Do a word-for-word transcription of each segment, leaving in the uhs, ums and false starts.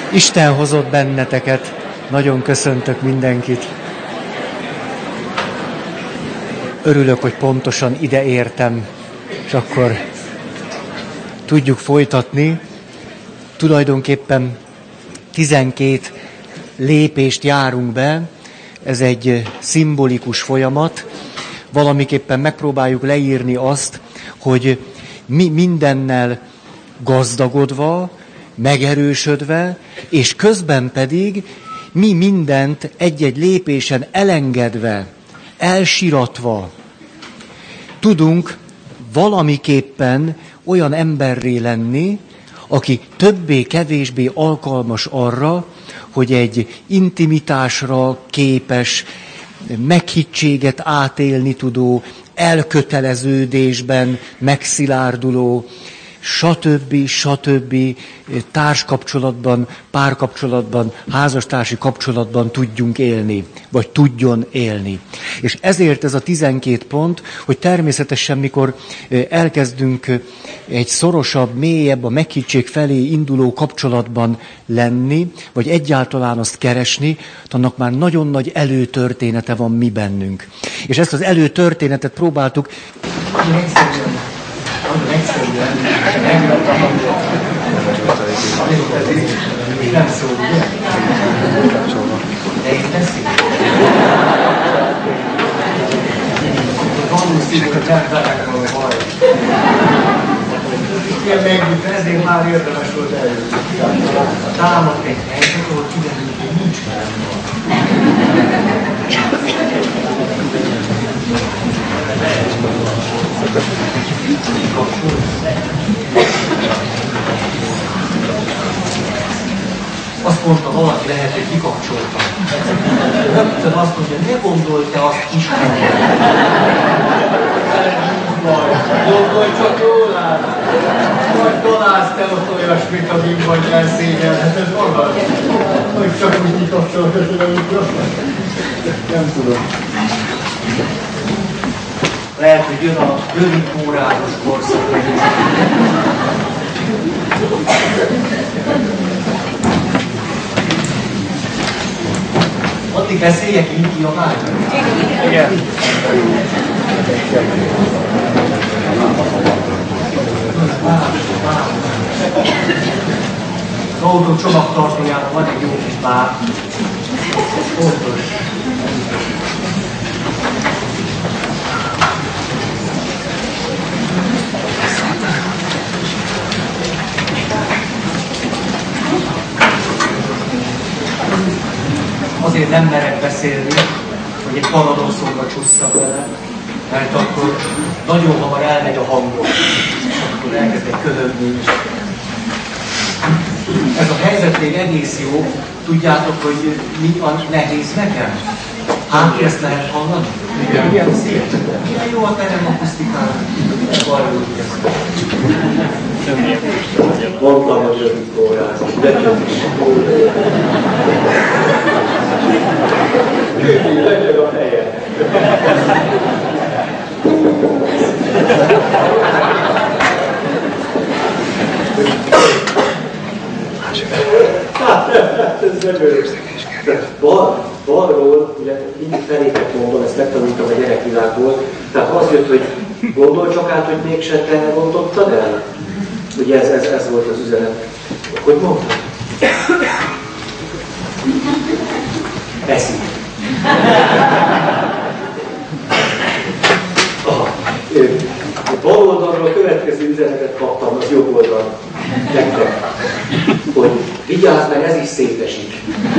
Isten hozott benneteket. Nagyon köszöntök mindenkit. Örülök, hogy pontosan ide értem, és akkor tudjuk folytatni. Tulajdonképpen tizenkét lépést járunk be. Ez egy szimbolikus folyamat. Valamiképpen megpróbáljuk leírni azt, hogy mi mindennel gazdagodva, megerősödve, és közben pedig mi mindent egy-egy lépésen elengedve, elsiratva tudunk valamiképpen olyan emberré lenni, aki többé-kevésbé alkalmas arra, hogy egy intimitásra képes, meghittséget átélni tudó, elköteleződésben megszilárduló, stb. stb. Társkapcsolatban, párkapcsolatban, házastársi kapcsolatban tudjunk élni, vagy tudjon élni. És ezért ez a tizenkét pont, hogy természetesen mikor elkezdünk egy szorosabb, mélyebb, a meghittség felé induló kapcsolatban lenni, vagy egyáltalán azt keresni, annak már nagyon nagy előtörténete van mi bennünk. És ezt az előtörténetet próbáltuk nagyon egyszerűen, nagyon egyszerűen megmutatni. Még nem szól, ugye? De én teszik. Valószínű, hogy nem velek van a baj. Ilyen megnyitva, ezért már érdemes volt előtt. Támadt egy helyzet, ahol kiderült, hogy nincs velem van. Azt mondta valaki, lehet, hogy kikapcsoltam. Rögtön azt mondja, ne gondolj te azt Istennek. Gondolj csak rólad. Vagy találsz te ott olyasmit, amikban elszégyelheted magad. Hogy csak úgy kikapcsoltad, nem tudom. Lehet, hogy jön a rövid órázos korszak. Addig beszéljek, így kiabálni? Igen. Az autó csomagtartójában van egy jó kis bár. Fontos. Azért nem merek beszélni, hogy egy paradoxonba csusszak vele, mert akkor nagyon hamar elmegy a hangom, akkor elkezdek köhögni. Ez a helyzet még egész jó. Tudjátok, hogy mi a nehéz nekem? Hát ezt lehet hallani? Igen. Milyen szép. Milyen jó a terem akusztikára. Valójuk ezt. Mondtam, hogy jövünk órázat, de csak is. Legyen a helye. Ez nem örök. Bal, balról, ugye így felétek mondom, ezt megtanultam a gyerekvilágból, tehát az jött, hogy gondolj csak át, hogy mégse te rontottad el. Ugye ez, ez, ez volt az üzenet. Hogy mondtad? Eszik. Aha. Bal oldalról a következő üzenetet kaptam, az jobb oldal. Nektek. Hogy vigyázz, mert ez is szétesik.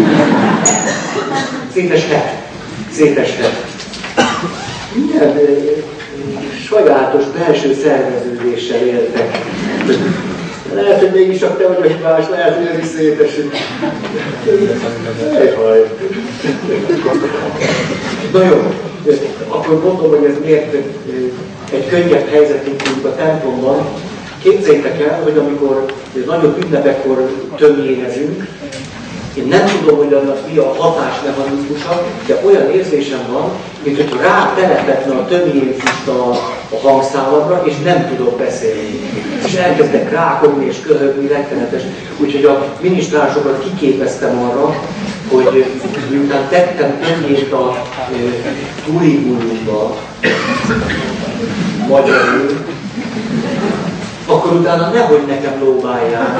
Széteshet. Széteshet. Milyen sajátos belső szerveződéssel éltek. Lehet, hogy mégis csak te vagy a hibás, lehet, hogy ez is szétesik. Ejhaj. Na jó, akkor mondom, hogy ez miért egy könnyebb helyzet indult a templomban. Képzeljétek el, hogy amikor nagyobb ünnepekkor tömjénezünk, én nem tudom, hogy annak mi a hatásmechanizmusa, de olyan érzésem van, mint hogyha rá telepetne a tömjénzust a, a hangszálamra, és nem tudok beszélni. És elkezdek rákogni és köhögni, rettenetes. Úgyhogy a minisztránsokat kiképeztem arra, hogy miután tettem önnyét a e, turibulumba, magyarul, akkor utána nehogy nekem lóbálják.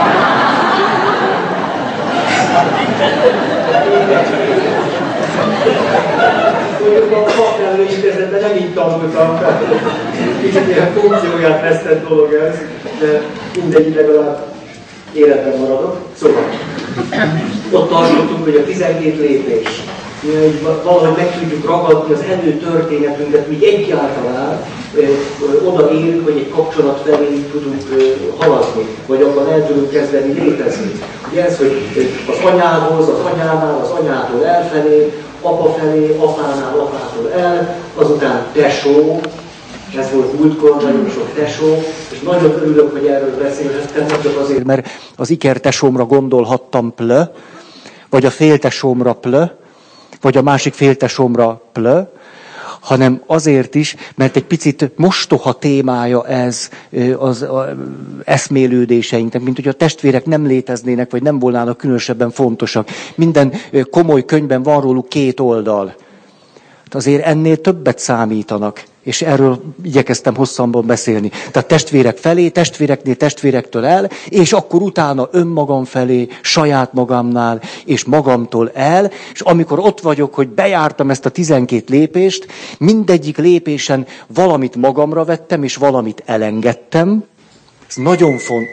Mondjuk a papnáló intézetben nem így tanultam, kicsit ilyen funkcióját vesztett dolog ez, de mindegy, legalább életben maradok. Szóval, ott tartottunk, hogy a tizenkét lépés. Mi valahogy meg tudjuk ragadni az előtörténetünket, úgy egyáltalán odaérünk, hogy egy kapcsolat felé tudunk haladni, vagy abban el tudunk kezdeni létezni. Ugye ez, hogy az anyához, az anyánál, az anyától elfelé, apa felé, apánál, apától el, azután tesó, ez volt múltkor, nagyon sok tesó, és nagyon örülök, hogy erről beszélhettem, nem csak azért, mert az ikertesómra gondolhattam plö, vagy a féltesómra plö, vagy a másik féltesómra plö, hanem azért is, mert egy picit mostoha témája ez az, az eszmélődéseinknek, mint hogy a testvérek nem léteznének, vagy nem volnának különösebben fontosak. Minden komoly könyvben van róluk két oldal. Azért ennél többet számítanak, és erről igyekeztem hosszabban beszélni. Tehát testvérek felé, testvéreknél, testvérektől el, és akkor utána önmagam felé, saját magamnál, és magamtól el, és amikor ott vagyok, hogy bejártam ezt a tizenkét lépést, mindegyik lépésen valamit magamra vettem, és valamit elengedtem. Ez nagyon fontos.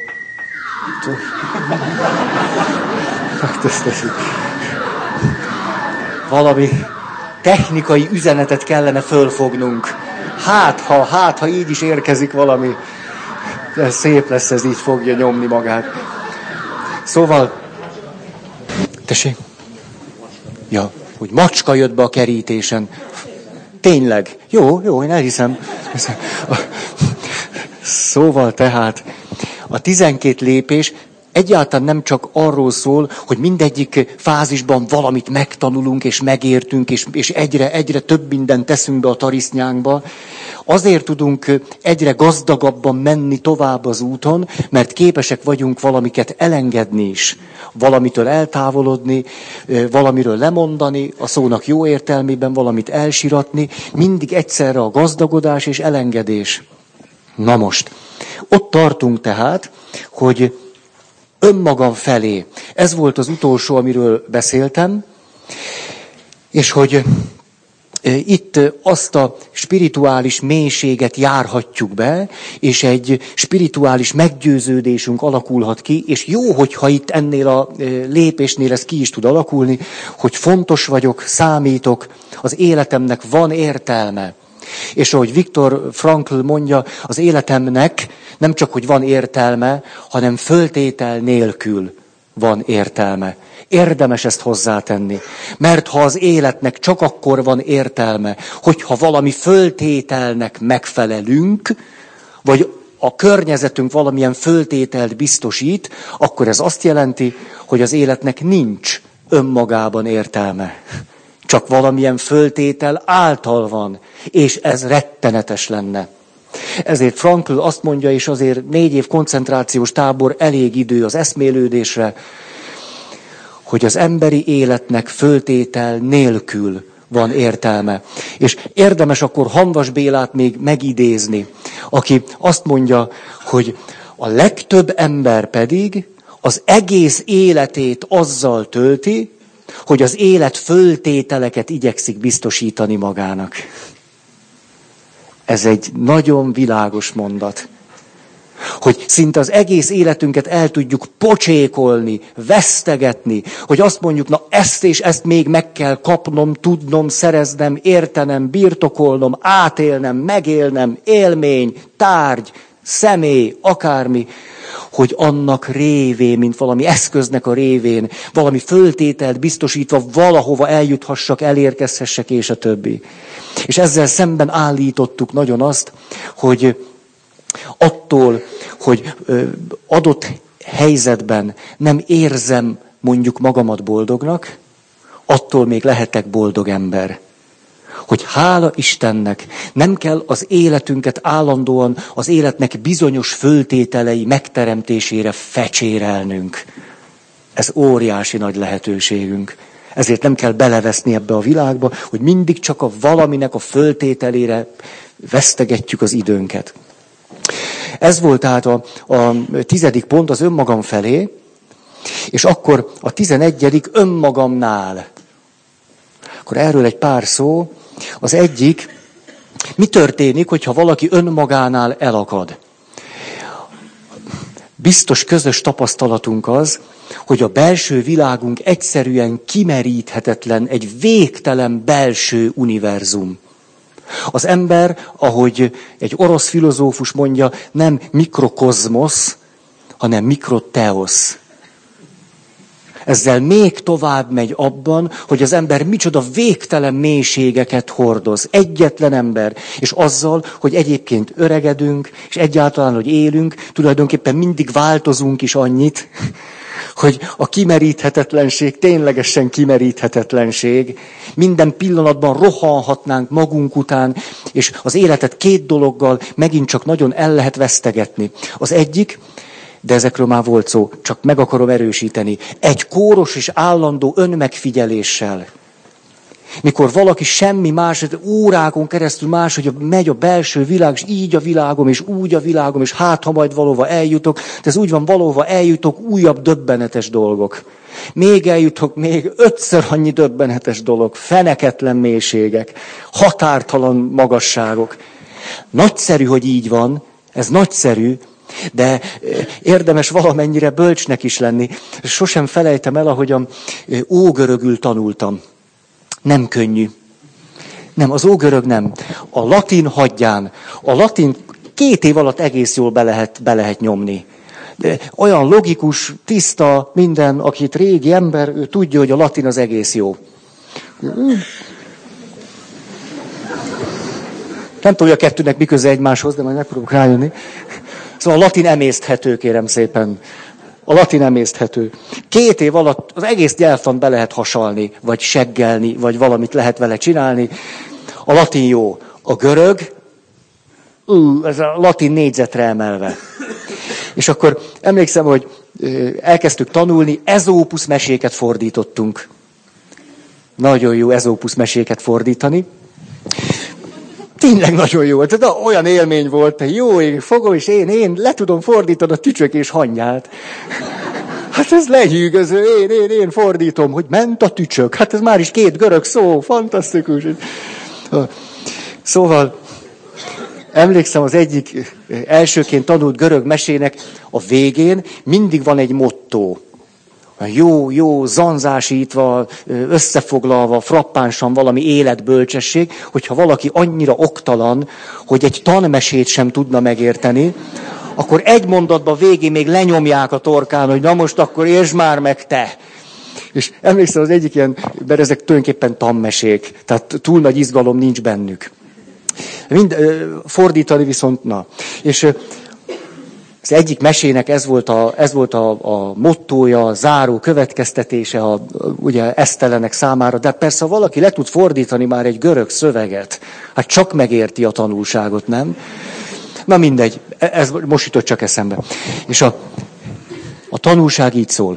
Valami technikai üzenetet kellene fölfognunk. Hát ha, hát, ha így is érkezik valami, de szép lesz, ez így fogja nyomni magát. Szóval, tessék? Ja, hogy macska jött be a kerítésen. Tényleg. Jó, jó, én elhiszem. Szóval tehát, a tizenkét lépés egyáltalán nem csak arról szól, hogy mindegyik fázisban valamit megtanulunk és megértünk, és, és egyre, egyre több mindent teszünk be a tarisznyánkba. Azért tudunk egyre gazdagabban menni tovább az úton, mert képesek vagyunk valamiket elengedni is. Valamitől eltávolodni, valamiről lemondani, a szónak jó értelmében valamit elsiratni. Mindig egyszerre a gazdagodás és elengedés. Na most, ott tartunk tehát, hogy önmagam felé. Ez volt az utolsó, amiről beszéltem, és hogy itt azt a spirituális mélységet járhatjuk be, és egy spirituális meggyőződésünk alakulhat ki, és jó, hogyha itt ennél a lépésnél ez ki is tud alakulni, hogy fontos vagyok, számítok, az életemnek van értelme. És ahogy Viktor Frankl mondja, az életemnek nem csak, hogy van értelme, hanem föltétel nélkül van értelme. Érdemes ezt hozzátenni. Mert ha az életnek csak akkor van értelme, hogyha valami föltételnek megfelelünk, vagy a környezetünk valamilyen föltételt biztosít, akkor ez azt jelenti, hogy az életnek nincs önmagában értelme. Csak valamilyen föltétel által van, és ez rettenetes lenne. Ezért Frankl azt mondja, és azért négy év koncentrációs tábor elég idő az eszmélődésre, hogy az emberi életnek föltétel nélkül van értelme. És érdemes akkor Hamvas Bélát még megidézni, aki azt mondja, hogy a legtöbb ember pedig az egész életét azzal tölti, hogy az élet föltételeket igyekszik biztosítani magának. Ez egy nagyon világos mondat. Hogy szinte az egész életünket el tudjuk pocsékolni, vesztegetni, hogy azt mondjuk, na ezt és ezt még meg kell kapnom, tudnom, szereznem, értenem, birtokolnom, átélnem, megélnem, élmény, tárgy, személy, akármi, hogy annak révén, mint valami eszköznek a révén, valami föltételt biztosítva valahova eljuthassak, elérkezhessek, és a többi. És ezzel szemben állítottuk nagyon azt, hogy attól, hogy adott helyzetben nem érzem mondjuk magamat boldognak, attól még lehetek boldog ember. hogy hála Istennek nem kell az életünket állandóan az életnek bizonyos föltételei megteremtésére fecsérelnünk. Ez óriási nagy lehetőségünk. Ezért nem kell beleveszni ebbe a világba, hogy mindig csak a valaminek a föltételére vesztegetjük az időnket. Ez volt tehát a, a tizedik pont az önmagam felé, és akkor a tizenegyedik önmagamnál. Akkor erről egy pár szó. Az egyik, mi történik, hogyha valaki önmagánál elakad? Biztos közös tapasztalatunk az, hogy a belső világunk egyszerűen kimeríthetetlen, egy végtelen belső univerzum. Az ember, ahogy egy orosz filozófus mondja, nem mikrokozmosz, hanem mikroteosz. Ezzel még tovább megy abban, hogy az ember micsoda végtelen mélységeket hordoz. Egyetlen ember. És azzal, hogy egyébként öregedünk, és egyáltalán, hogy élünk, tulajdonképpen mindig változunk is annyit, hogy a kimeríthetetlenség ténylegesen kimeríthetetlenség. Minden pillanatban rohanhatnánk magunk után, és az életet két dologgal megint csak nagyon el lehet vesztegetni. Az egyik, de ezekről már volt szó, csak meg akarom erősíteni, egy kóros és állandó önmegfigyeléssel. Mikor valaki semmi más, órákon keresztül más, hogy megy a belső világ, és így a világom, és úgy a világom, és hát, ha majd valóva eljutok, de ez úgy van, valóva eljutok, újabb döbbenetes dolgok. Még eljutok, még ötször annyi döbbenetes dolog, feneketlen mélységek, határtalan magasságok. Nagyszerű, hogy így van, ez nagyszerű, de érdemes valamennyire bölcsnek is lenni. Sosem felejtem el, ahogyan ógörögül tanultam. Nem könnyű. Nem, az ógörög nem. A latin hagyján. A latin két év alatt egész jól be lehet, be lehet nyomni. De olyan logikus, tiszta minden, akit régi ember, ő tudja, hogy a latin az egész jó. Nem tudom, hogy a kettőnek mi köze egymáshoz, de majd megpróbálok rájönni. Szóval a latin emészthető, kérem szépen. A latin emészthető. Két év alatt az egész nyelvtant be lehet hasalni, vagy seggelni, vagy valamit lehet vele csinálni. A latin jó. A görög, ú, ez a latin négyzetre emelve. És akkor emlékszem, hogy elkezdtük tanulni, Ezópusz meséket fordítottunk. Nagyon jó Ezópusz meséket fordítani. Tényleg nagyon jó volt. Olyan élmény volt, hogy jó, én fogom, és én, én le tudom fordítani a tücsök és hangyát. Hát ez lenyűgöző, én, én, én fordítom, hogy ment a tücsök. Hát ez már is két görög szó, fantasztikus. Szóval emlékszem, az egyik elsőként tanult görög mesének a végén mindig van egy motto. Jó, jó, zanzásítva, összefoglalva, frappánsan valami életbölcsesség, hogyha valaki annyira oktalan, hogy egy tanmesét sem tudna megérteni, akkor egy mondatban végén még lenyomják a torkán, hogy na most akkor értsd már meg te. És emlékszem, az egyik ilyen, mert ezek tulajdonképpen tanmesék, tehát túl nagy izgalom nincs bennük. Mind, fordítani viszont, na. És az egyik mesének ez volt a, ez volt a, a mottója, a záró következtetése a, ugye esztelenek számára, de persze ha valaki le tud fordítani már egy görög szöveget, hát csak megérti a tanulságot, nem? Na mindegy, ez most jutott csak eszembe. És a, a tanulság így szól.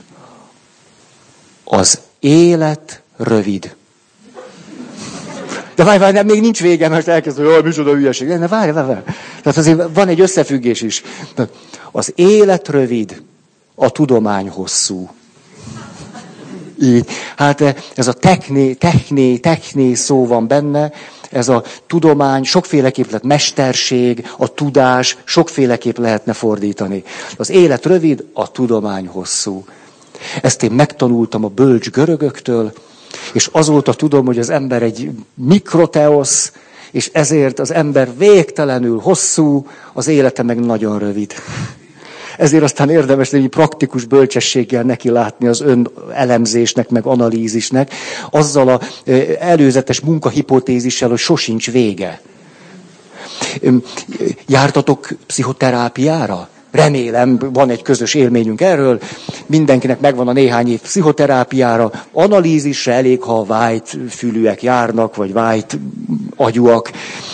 Az élet rövid. De várj, várj, nem, még nincs vége, mert elkezdő, hogy micsoda hülyeség. Ne, várj, várj, várj. Tehát azért van egy összefüggés is. Az élet rövid, a tudomány hosszú. Így. Hát ez a techné, techné, techné szó van benne, ez a tudomány, sokféleképp lehet mesterség, a tudás, sokféleképp lehetne fordítani. Az élet rövid, a tudomány hosszú. Ezt én megtanultam a bölcs görögöktől, és azóta tudom, hogy az ember egy mikroteosz, és ezért az ember végtelenül hosszú, az élete meg nagyon rövid. Ezért aztán érdemes lenni praktikus bölcsességgel neki látni az ön elemzésnek, meg analízisnek, azzal a előzetes munkahipotézissel, hogy sosincs vége. Jártatok pszichoterápiára? Remélem, van egy közös élményünk erről. Mindenkinek megvan a néhány év pszichoterápiára. Analízisre elég, ha a vájt fülűek járnak, vagy vájt agyúak.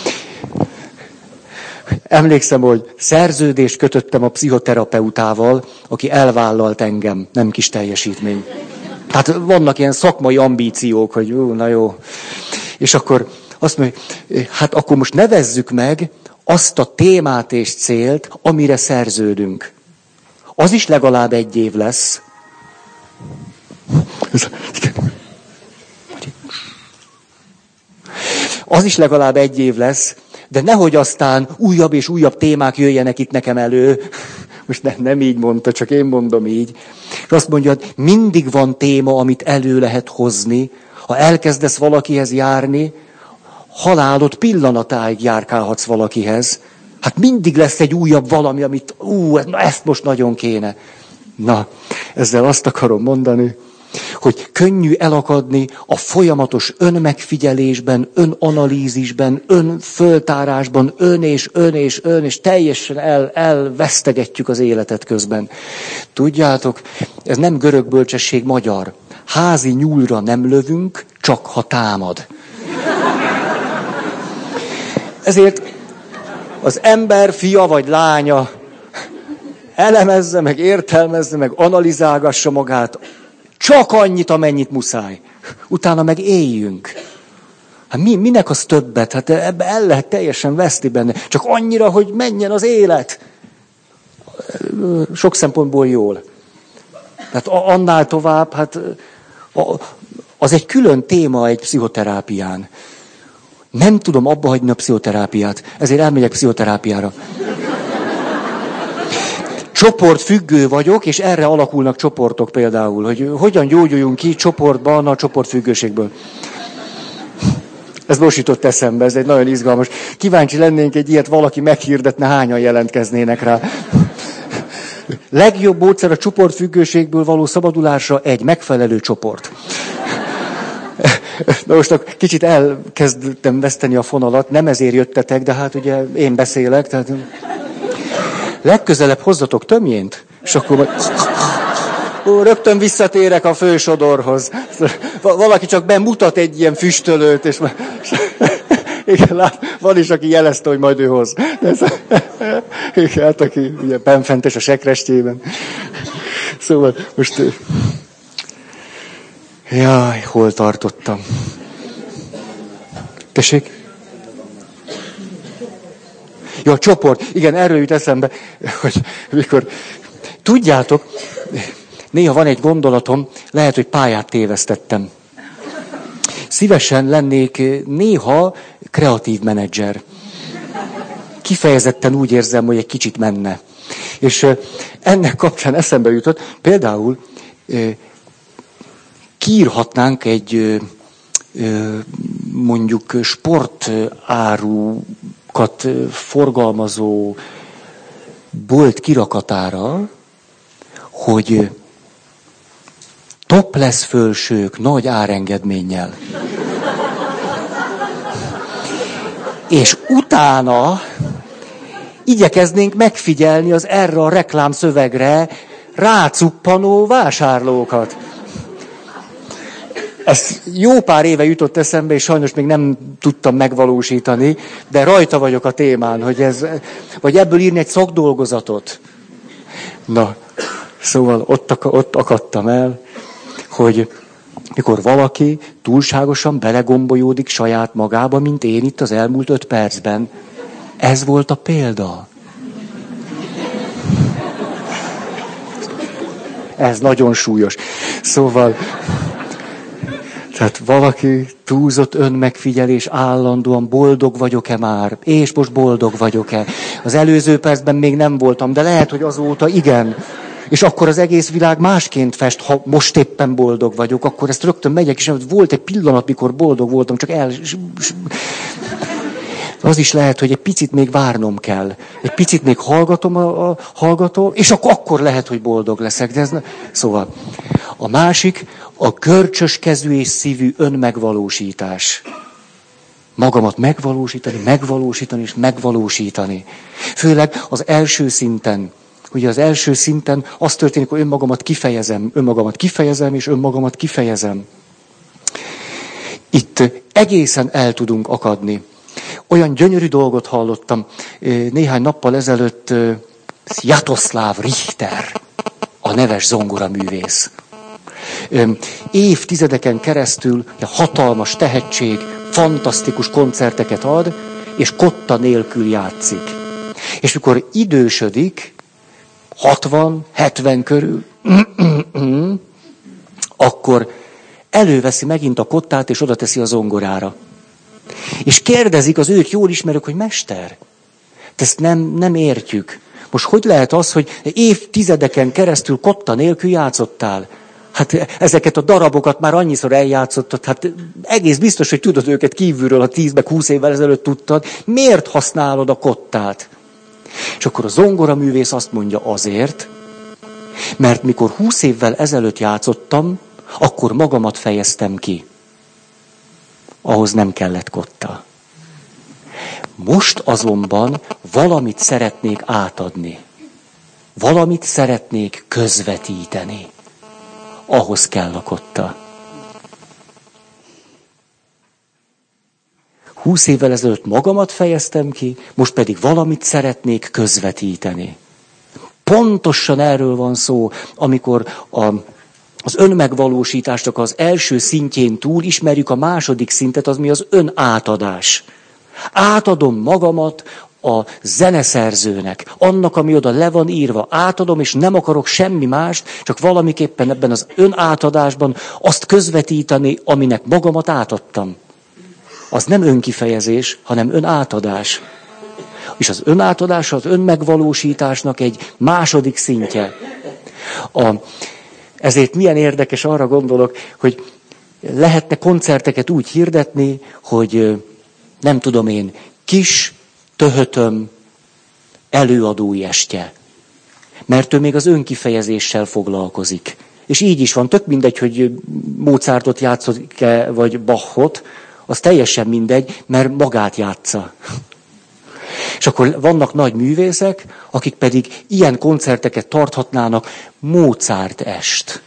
Emlékszem, hogy szerződést kötöttem a pszichoterapeutával, aki elvállalt engem, nem kis teljesítmény. Tehát vannak ilyen szakmai ambíciók, hogy ú, na jó. És akkor azt mondja, hát akkor most nevezzük meg azt a témát és célt, amire szerződünk. Az is legalább egy év lesz. Az is legalább egy év lesz, de nehogy aztán újabb és újabb témák jöjjenek itt nekem elő. Most ne, nem így mondta, csak én mondom így. És azt mondja, hogy mindig van téma, amit elő lehet hozni. Ha elkezdesz valakihez járni, halálod pillanatáig járkálhatsz valakihez. Hát mindig lesz egy újabb valami, amit, ú, na ezt most nagyon kéne. Na, ezzel azt akarom mondani, hogy könnyű elakadni a folyamatos önmegfigyelésben, önanalízisben, önföltárásban, ön és ön és ön, és teljesen el, elvesztegetjük az életet közben. Tudjátok, ez nem görög bölcsesség, magyar. Házi nyúlra nem lövünk, csak ha támad. Ezért az ember fia vagy lánya elemezze, meg értelmezze, meg analizálgassa magát, csak annyit, amennyit muszáj. Utána meg éljünk. Hát mi, minek az többet? Hát ebbe el lehet teljesen veszni benne. Csak annyira, hogy menjen az élet. Sok szempontból jól. Hát annál tovább, hát az egy külön téma egy pszichoterápián. Nem tudom abba hagyni a pszichoterápiát, ezért elmegyek pszichoterápiára. Csoportfüggő vagyok, és erre alakulnak csoportok például, hogy hogyan gyógyuljunk ki csoportban a csoportfüggőségből. Ez most jutott eszembe, ez egy nagyon izgalmas. Kíváncsi lennénk, egy ilyet valaki meghirdetne, hányan jelentkeznének rá. Legjobb módszer a csoportfüggőségből való szabadulásra egy megfelelő csoport. Na most akkor kicsit elkezdtem veszteni a fonalat, nem ezért jöttetek, de hát ugye én beszélek, tehát... Legközelebb hozzatok tömjént, és akkor majd... Ó, rögtön visszatérek a fősodorhoz. Valaki csak bemutat egy ilyen füstölőt, és már... Igen, lát, van is, aki jelezte, hogy majd ő hoz. Igen, hát aki ugye benfentes a sekrestjében. Szóval most... Jaj, hol tartottam? Tessék? Ja, a csoport. Igen, erről jut eszembe, hogy mikor... Tudjátok, néha van egy gondolatom, lehet, hogy pályát tévesztettem. Szívesen lennék néha kreatív menedzser. Kifejezetten úgy érzem, hogy egy kicsit menne. És ennek kapcsán eszembe jutott, például kiírhatnánk egy mondjuk sportárukat forgalmazó bolt kirakatára, hogy topless fölsők nagy árengedménnyel. És utána igyekeznénk megfigyelni az erre a reklámszövegre rácuppanó vásárlókat. Ez jó pár éve jutott eszembe, és sajnos még nem tudtam megvalósítani, de rajta vagyok a témán, hogy ez, vagy ebből írni egy szakdolgozatot. Na, szóval ott, ott akadtam el, hogy mikor valaki túlságosan belegombolyodik saját magába, mint én itt az elmúlt öt percben, ez volt a példa. Ez nagyon súlyos. Szóval... Tehát valaki túlzott önmegfigyelés, állandóan boldog vagyok-e már, és most boldog vagyok-e. Az előző percben még nem voltam, de lehet, hogy azóta igen. És akkor az egész világ másként fest, ha most éppen boldog vagyok, akkor ezt rögtön megyek, és volt egy pillanat, mikor boldog voltam, csak el... Az is lehet, hogy egy picit még várnom kell. Egy picit még hallgatom, a, a, hallgatom, és akkor, akkor lehet, hogy boldog leszek. De ez ne... Szóval a másik, a görcsös kezű és szívű önmegvalósítás. Magamat megvalósítani, megvalósítani és megvalósítani. Főleg az első szinten, hogy az első szinten az történik, hogy önmagamat kifejezem, önmagamat kifejezem, és önmagamat kifejezem. Itt egészen el tudunk akadni. Olyan gyönyörű dolgot hallottam néhány nappal ezelőtt, Sviatoslav Richter, a neves zongoraművész. Évtizedeken keresztül hatalmas tehetség, fantasztikus koncerteket ad, és kotta nélkül játszik. És mikor idősödik, hatvan, hetven körül, akkor előveszi megint a kottát, és oda teszi a zongorára. És kérdezik az őt jól ismerők, hogy mester, ezt nem, nem értjük. Most hogy lehet az, hogy évtizedeken keresztül kotta nélkül játszottál? Hát ezeket a darabokat már annyiszor eljátszottad, hát egész biztos, hogy tudod őket kívülről, ha tíz meg húsz évvel ezelőtt tudtad. Miért használod a kottát? És akkor a zongoraművész azt mondja, azért, mert mikor húsz évvel ezelőtt játszottam, akkor magamat fejeztem ki. Ahhoz nem kellett kotta. Most azonban valamit szeretnék átadni. Valamit szeretnék közvetíteni. Ahhoz kell a kotta. Húsz évvel ezelőtt magamat fejeztem ki, most pedig valamit szeretnék közvetíteni. Pontosan erről van szó, amikor a, az önmegvalósításnak az első szintjén túl ismerjük a második szintet, az mi az önátadás. Átadom magamat a zeneszerzőnek, annak, ami oda le van írva, átadom, és nem akarok semmi mást, csak valamiképpen ebben az önátadásban azt közvetíteni, aminek magamat átadtam. Az nem önkifejezés, hanem önátadás. És az önátadás az önmegvalósításnak egy második szintje. A, ezért milyen érdekes, arra gondolok, hogy lehetne koncerteket úgy hirdetni, hogy nem tudom én, kis töhötöm előadói estje. Mert ő még az önkifejezéssel foglalkozik. És így is van, tök mindegy, hogy Mozartot játszik-e, vagy Bachot, az teljesen mindegy, mert magát játsza. És akkor vannak nagy művészek, akik pedig ilyen koncerteket tarthatnának, Mozart est.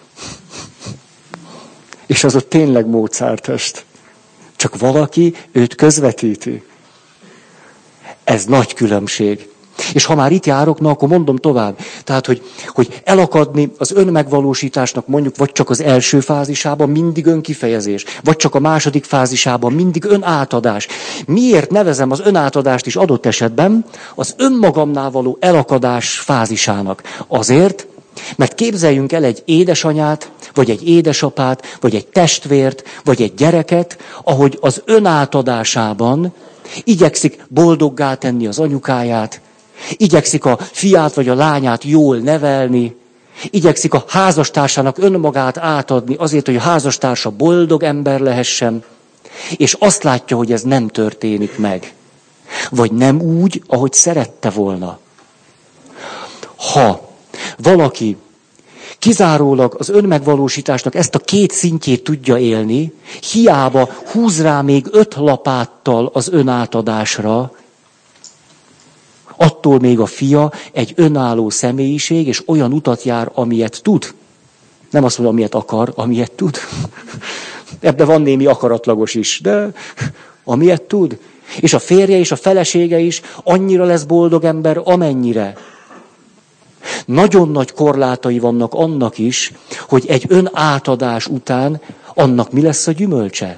És az ott tényleg Mozart est. Csak valaki őt közvetíti. Ez nagy különbség. És ha már itt járok, na akkor mondom tovább. Tehát, hogy, hogy elakadni az önmegvalósításnak mondjuk, vagy csak az első fázisában mindig önkifejezés, vagy csak a második fázisában mindig önátadás. Miért nevezem az önátadást is adott esetben az önmagamnál való elakadás fázisának? Azért, mert képzeljünk el egy édesanyát, vagy egy édesapát, vagy egy testvért, vagy egy gyereket, ahogy az önátadásában igyekszik boldoggá tenni az anyukáját, igyekszik a fiát vagy a lányát jól nevelni, igyekszik a házastársának önmagát átadni azért, hogy a házastársa boldog ember lehessen, és azt látja, hogy ez nem történik meg. Vagy nem úgy, ahogy szerette volna. Ha valaki kizárólag az önmegvalósításnak ezt a két szintjét tudja élni, hiába húz rá még öt lapáttal az önátadásra, attól még a fia egy önálló személyiség, és olyan utat jár, amilyet tud. Nem azt mondom, amilyet akar, amilyet tud. Ebben van némi akaratlagos is, de amilyet tud. És a férje és a felesége is annyira lesz boldog ember, amennyire. Nagyon nagy korlátai vannak annak is, hogy egy önátadás után annak mi lesz a gyümölcse.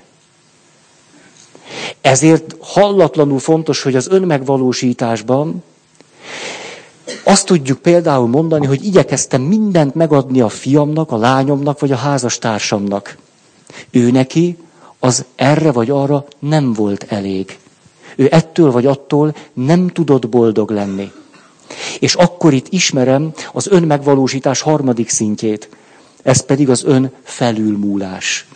Ezért hallatlanul fontos, hogy az önmegvalósításban azt tudjuk például mondani, hogy igyekeztem mindent megadni a fiamnak, a lányomnak, vagy a házastársamnak. Ő neki az erre vagy arra nem volt elég. Ő ettől vagy attól nem tudott boldog lenni. És akkor itt ismerem az önmegvalósítás harmadik szintjét. Ez pedig az önfelülmúlás.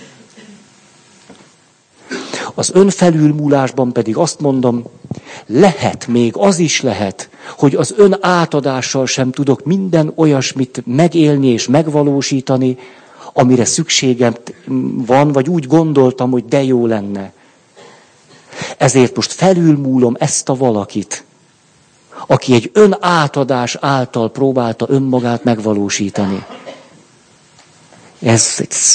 Az önfelülmúlásban pedig azt mondom, lehet, még az is lehet, hogy az ön átadással sem tudok minden olyasmit megélni és megvalósítani, amire szükségem van, vagy úgy gondoltam, hogy de jó lenne. Ezért most felülmúlom ezt a valakit, aki egy önátadás által próbálta önmagát megvalósítani. Ez, ez,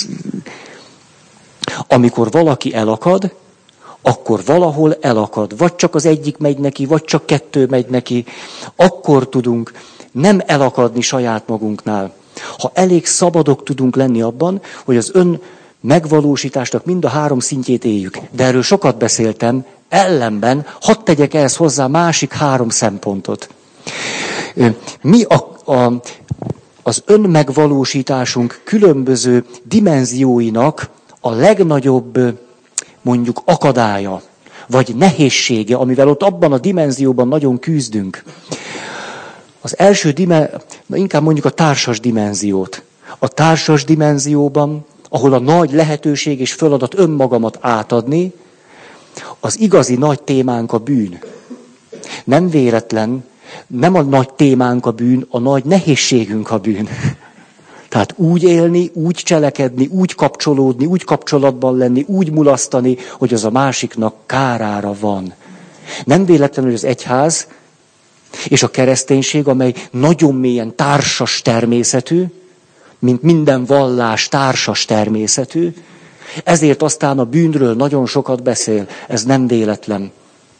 amikor valaki elakad, akkor valahol elakad. Vagy csak az egyik megy neki, vagy csak kettő megy neki. Akkor tudunk nem elakadni saját magunknál. Ha elég szabadok tudunk lenni abban, hogy az ön megvalósításnak mind a három szintjét éljük. De erről sokat beszéltem, ellenben hadd tegyek ehhez hozzá másik három szempontot. Mi a, a, az önmegvalósításunk különböző dimenzióinak a legnagyobb, mondjuk, akadálya, vagy nehézsége, amivel ott abban a dimenzióban nagyon küzdünk. Az első dimenzió, inkább mondjuk a társas dimenziót. A társas dimenzióban, ahol a nagy lehetőség és feladat önmagamat átadni, az igazi nagy témánk a bűn. Nem véletlen, nem a nagy témánk a bűn, a nagy nehézségünk a bűn. Tehát úgy élni, úgy cselekedni, úgy kapcsolódni, úgy kapcsolatban lenni, úgy mulasztani, hogy az a másiknak kárára van. Nem véletlen, hogy az egyház és a kereszténység, amely nagyon mélyen társas természetű, mint minden vallás társas természetű, ezért aztán a bűnről nagyon sokat beszél. Ez nem véletlen.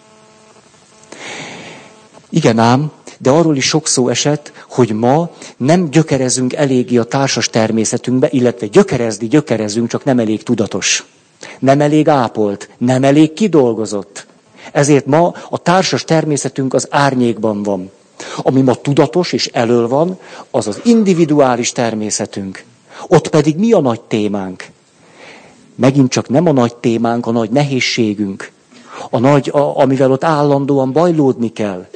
Igen ám, de arról is sok szó esett, hogy ma nem gyökerezünk eléggé a társas természetünkbe, illetve gyökerezni gyökerezünk, csak nem elég tudatos. Nem elég ápolt, nem elég kidolgozott. Ezért ma a társas természetünk az árnyékban van. Ami ma tudatos és elől van, az az individuális természetünk. Ott pedig mi a nagy témánk? Megint csak nem a nagy témánk, a nagy nehézségünk. A nagy, a, amivel ott állandóan bajlódni kell.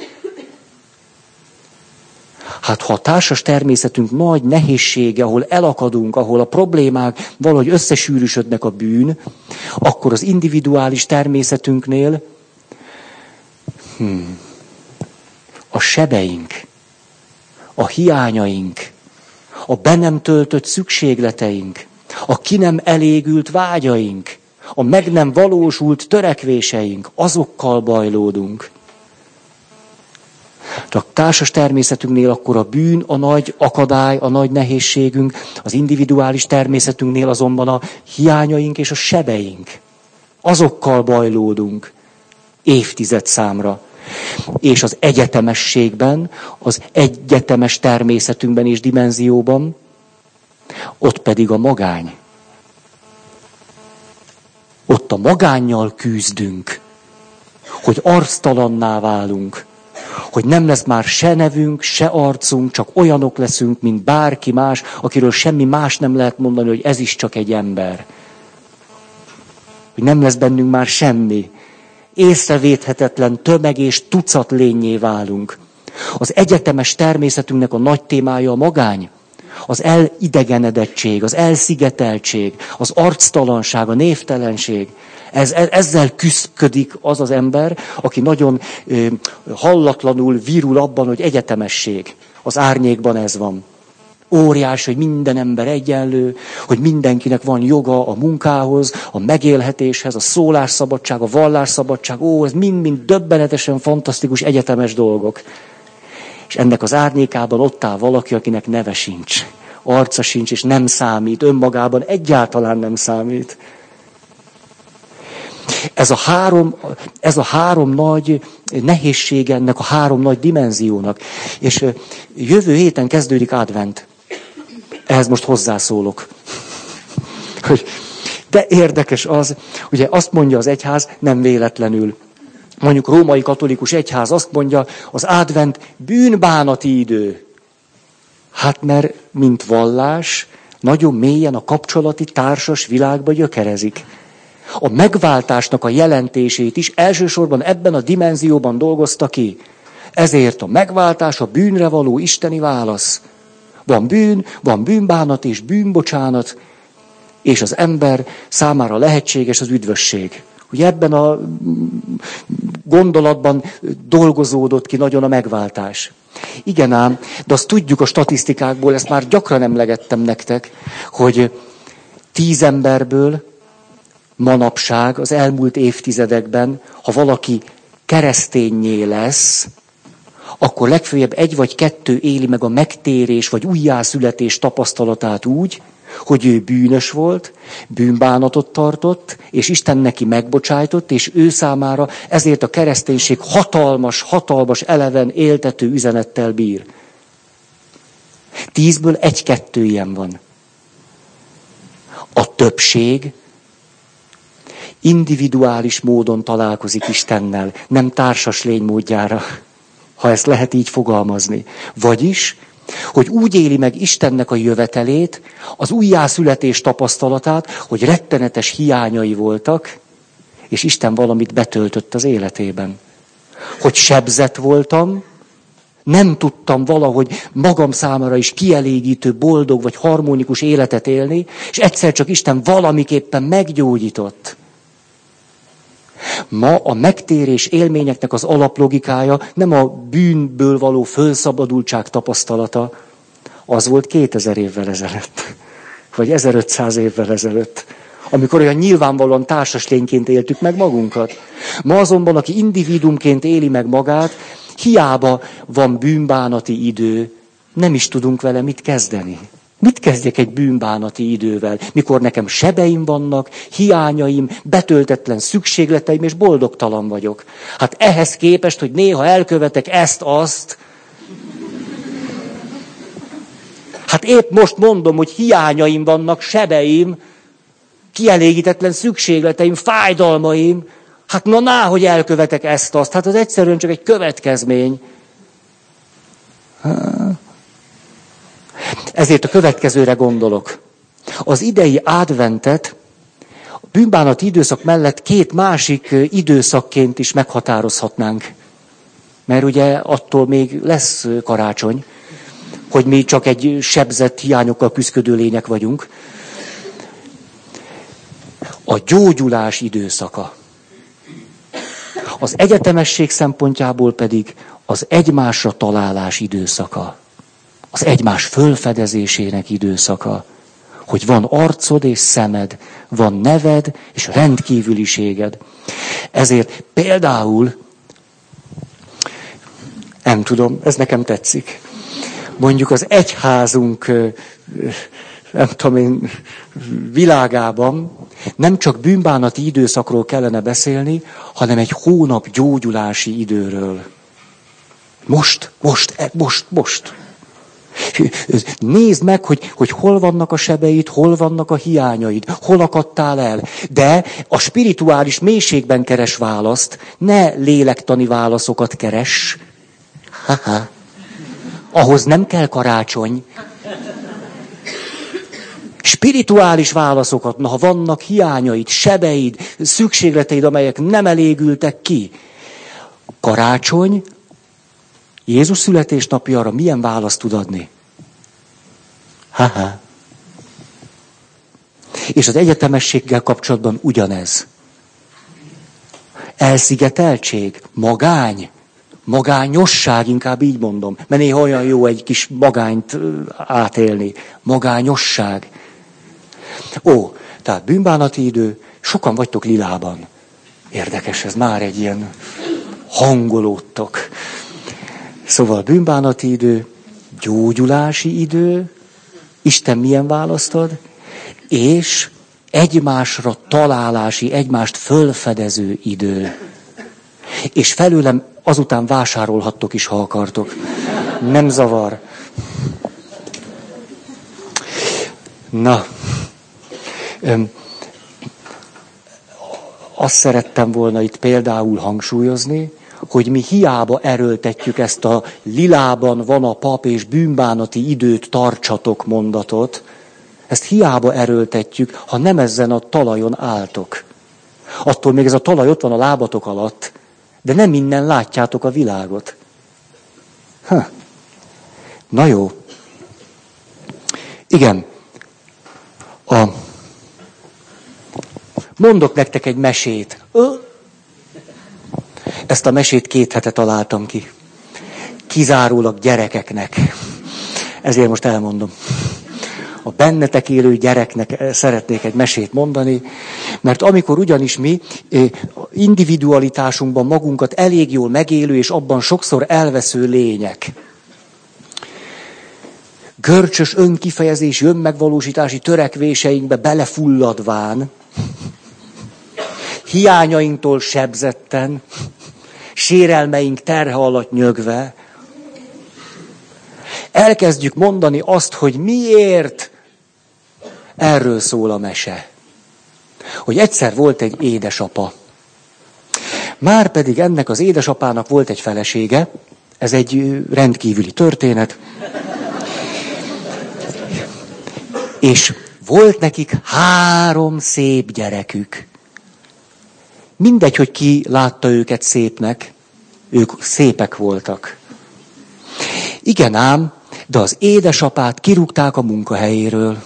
Hát ha a társas természetünk nagy nehézsége, ahol elakadunk, ahol a problémák valahogy összesűrűsödnek a bűn, akkor az individuális természetünknél hmm, a sebeink, a hiányaink, a be nem töltött szükségleteink, a ki nem elégült vágyaink, a meg nem valósult törekvéseink, azokkal bajlódunk. A társas természetünknél akkor a bűn, a nagy akadály, a nagy nehézségünk, az individuális természetünknél azonban a hiányaink és a sebeink. Azokkal bajlódunk évtized számra. És az egyetemességben, az egyetemes természetünkben és dimenzióban, ott pedig a magány. Ott a magánnyal küzdünk, hogy arctalanná válunk, hogy nem lesz már se nevünk, se arcunk, csak olyanok leszünk, mint bárki más, akiről semmi más nem lehet mondani, hogy ez is csak egy ember. Hogy nem lesz bennünk már semmi. Észrevéthetetlen tömeg és tucat lényé válunk. Az egyetemes természetünknek a nagy témája a magány, az elidegenedettség, az elszigeteltség, az arctalanság, a névtelenség. Ez, ezzel küszködik az az ember, aki nagyon ö, hallatlanul virul abban, hogy egyetemesség. Az árnyékban ez van. Óriás, hogy minden ember egyenlő, hogy mindenkinek van joga a munkához, a megélhetéshez, a szólásszabadság, a vallásszabadság. Ó, ez mind-mind döbbenetesen fantasztikus egyetemes dolgok. És ennek az árnyékában ott áll valaki, akinek neve sincs, arca sincs, és nem számít, önmagában egyáltalán nem számít. Ez a három, ez a három nagy nehézség ennek a három nagy dimenziónak. És jövő héten kezdődik advent. Ehhez most hozzászólok. De érdekes az, ugye azt mondja az egyház, nem véletlenül. Mondjuk római katolikus egyház azt mondja, az advent bűnbánati idő. Hát mert, mint vallás, nagyon mélyen a kapcsolati társas világba gyökerezik. A megváltásnak a jelentését is elsősorban ebben a dimenzióban dolgozta ki. Ezért a megváltás a bűnre való isteni válasz. Van bűn, van bűnbánat és bűnbocsánat, és az ember számára lehetséges az üdvösség. Ugye ebben a gondolatban dolgozódott ki nagyon a megváltás. Igen ám, de azt tudjuk a statisztikákból, ezt már gyakran emlegettem nektek, hogy tíz emberből manapság az elmúlt évtizedekben, ha valaki kereszténnyé lesz, akkor legfeljebb egy vagy kettő éli meg a megtérés vagy újjászületés tapasztalatát úgy, hogy ő bűnös volt, bűnbánatot tartott, és Isten neki megbocsájtott, és ő számára ezért a kereszténység hatalmas, hatalmas, eleven, éltető üzenettel bír. Tízből egy-kettő ilyen van. A többség individuális módon találkozik Istennel, nem társas lény módjára, ha ezt lehet így fogalmazni. Vagyis, hogy úgy éli meg Istennek a jövetelét, az újjászületés tapasztalatát, hogy rettenetes hiányai voltak, és Isten valamit betöltött az életében. Hogy sebzett voltam, nem tudtam valahogy magam számára is kielégítő, boldog vagy harmonikus életet élni, és egyszer csak Isten valamiképpen meggyógyított. Ma a megtérés élményeknek az alaplogikája nem a bűnből való fölszabadultság tapasztalata, az volt kétezer évvel ezelőtt, vagy ezerötszáz évvel ezelőtt, amikor olyan nyilvánvalóan társaslényként éltük meg magunkat. Ma azonban, aki individumként éli meg magát, hiába van bűnbánati idő, nem is tudunk vele mit kezdeni. Mit kezdjek egy bűnbánati idővel, mikor nekem sebeim vannak, hiányaim, betöltetlen szükségleteim, és boldogtalan vagyok. Hát ehhez képest, hogy néha elkövetek ezt-azt, hát épp most mondom, hogy hiányaim vannak, sebeim, kielégítetlen szükségleteim, fájdalmaim, hát na ná, hogy elkövetek ezt-azt, hát az egyszerűen csak egy következmény. Ezért a következőre gondolok. Az idei adventet a bűnbánati időszak mellett két másik időszakként is meghatározhatnánk. Mert ugye attól még lesz karácsony, hogy mi csak egy sebzett hiányokkal küszködő lények vagyunk. A gyógyulás időszaka. Az egyetemesség szempontjából pedig az egymásra találás időszaka. Az egymás fölfedezésének időszaka. Hogy van arcod és szemed, van neved és rendkívüliséged. Ezért például, nem tudom, ez nekem tetszik, mondjuk az egyházunk, nem tudom én, világában nem csak bűnbánati időszakról kellene beszélni, hanem egy hónap gyógyulási időről. Most, most, most, most. Nézd meg, hogy, hogy hol vannak a sebeid, hol vannak a hiányaid, hol akadtál el. De a spirituális mélységben keres választ, ne lélektani válaszokat keres. Ha-ha. Ahhoz nem kell karácsony. Spirituális válaszokat, na ha vannak hiányaid, sebeid, szükségleteid, amelyek nem elégültek ki. Karácsony, Jézus születésnapjára milyen választ tud adni? Ha-ha. És az egyetemességgel kapcsolatban ugyanez. Elszigeteltség, magány, magányosság, inkább így mondom, mert néha olyan jó egy kis magányt átélni. Magányosság. Ó, tehát bűnbánati idő, sokan vagytok lilában. Érdekes, ez már egy ilyen hangolódtok. Szóval bűnbánati idő, gyógyulási idő, Isten milyen választ ad, és egymásra találási, egymást fölfedező idő. És felőlem azután vásárolhattok is, ha akartok. Nem zavar. Na, öm, azt szerettem volna itt például hangsúlyozni, hogy mi hiába erőltetjük ezt a lilában van a pap és bűnbánati időt tartsatok mondatot, ezt hiába erőltetjük, ha nem ezen a talajon álltok. Attól még ez a talaj ott van a lábatok alatt, de nem innen látjátok a világot. Ha. Na jó. Igen. A... Mondok nektek egy mesét. Ezt a mesét két hete találtam ki. Kizárólag gyerekeknek. Ezért most elmondom. a bennetek élő gyereknek szeretnék egy mesét mondani, mert amikor ugyanis mi individualitásunkban magunkat elég jól megélő, és abban sokszor elvesző lények, görcsös önkifejezési, önmegvalósítási törekvéseinkbe belefulladván, hiányainktól sebzetten, sérelmeink terhe alatt nyögve, elkezdjük mondani azt, hogy miért. Erről szól a mese. Hogy egyszer volt egy édesapa. Márpedig ennek az édesapának volt egy felesége, ez egy rendkívüli történet, és volt nekik három szép gyerekük. Mindegy, hogy ki látta őket szépnek, ők szépek voltak. Igen ám, de az édesapát kirúgták a munkahelyéről.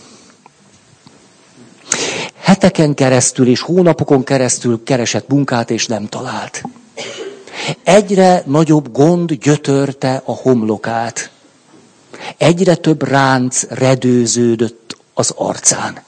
Heteken keresztül és hónapokon keresztül keresett munkát, és nem talált. Egyre nagyobb gond gyötörte a homlokát. Egyre több ránc redőződött az arcán.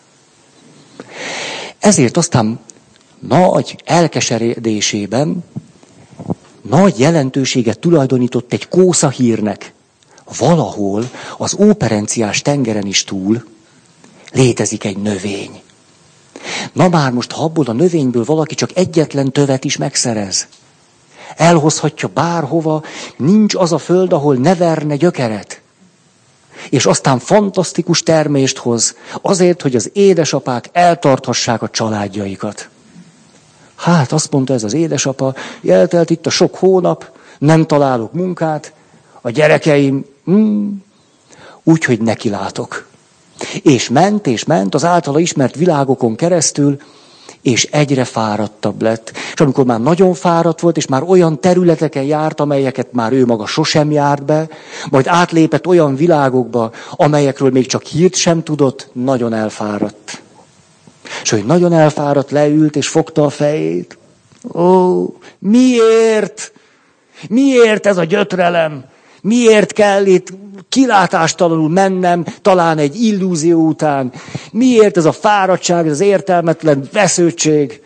Ezért aztán nagy elkeseredésében nagy jelentőséget tulajdonított egy kósza hírnek. Valahol az óperenciás tengeren is túl létezik egy növény. Na már most, ha abból a növényből valaki csak egyetlen tövet is megszerez, elhozhatja bárhova, nincs az a föld, ahol ne verne gyökeret. És aztán fantasztikus termést hoz, azért, hogy az édesapák eltarthassák a családjaikat. Hát azt mondta ez az édesapa, eltelt itt a sok hónap, nem találok munkát, a gyerekeim, hmm, úgyhogy nekilátok. És ment, és ment az általa ismert világokon keresztül, és egyre fáradtabb lett. És amikor már nagyon fáradt volt, és már olyan területeken járt, amelyeket már ő maga sosem járt be, majd átlépett olyan világokba, amelyekről még csak hírt sem tudott, nagyon elfáradt. És hogy nagyon elfáradt, leült, és fogta a fejét. Ó, miért? Miért ez a gyötrelem? Miért kell itt kilátástalanul mennem, talán egy illúzió után? Miért ez a fáradtság, ez az értelmetlen vesződtség?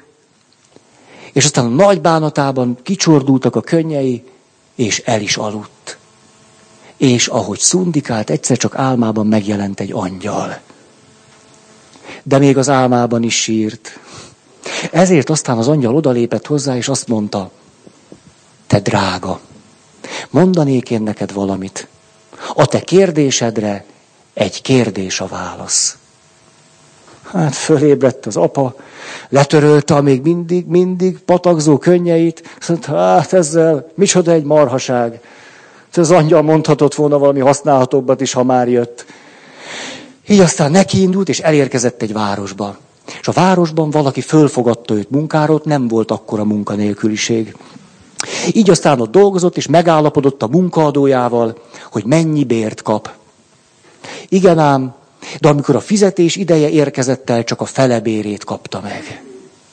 És aztán a nagy bánatában kicsordultak a könnyei, és el is aludt. És ahogy szundikált, egyszer csak álmában megjelent egy angyal. De még az álmában is sírt. Ezért aztán az angyal odalépett hozzá, és azt mondta, te drága, mondanék én neked valamit. A te kérdésedre egy kérdés a válasz. Hát fölébredt az apa, letörölte a még mindig, mindig patakzó könnyeit, azt mondta, hát ezzel micsoda egy marhaság. Az angyal mondhatott volna valami használhatóbbat is, ha már jött. Így aztán nekiindult, és elérkezett egy városba. És a városban valaki fölfogadta őt munkáról, nem volt akkora munkanélküliség. Így aztán ott dolgozott, és megállapodott a munkaadójával, hogy mennyi bért kap. Igen ám, de amikor a fizetés ideje érkezett el, csak a fele bérét kapta meg.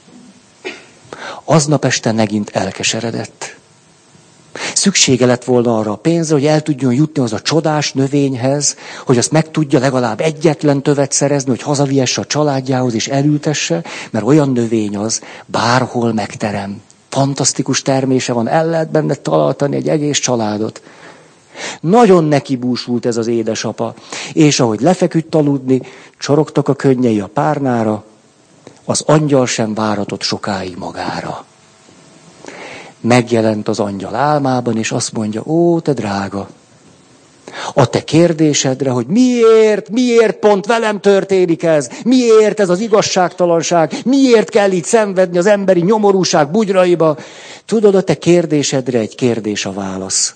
Aznap este megint elkeseredett. Szüksége lett volna arra a pénzre, hogy el tudjon jutni az a csodás növényhez, hogy azt meg tudja legalább egyetlen tövet szerezni, hogy hazaviesse a családjához és elültesse, mert olyan növény az, bárhol megterem. Fantasztikus termése van, el lehet benne találtani egy egész családot. Nagyon nekibúsult ez az édesapa, és ahogy lefeküdt aludni, csorogtak a könnyei a párnára, az angyal sem váratott sokáig magára. Megjelent az angyal álmában, és azt mondja, ó, te drága, a te kérdésedre, hogy miért, miért pont velem történik ez, miért ez az igazságtalanság, miért kell így szenvedni az emberi nyomorúság bugyraiba, tudod, a te kérdésedre egy kérdés a válasz.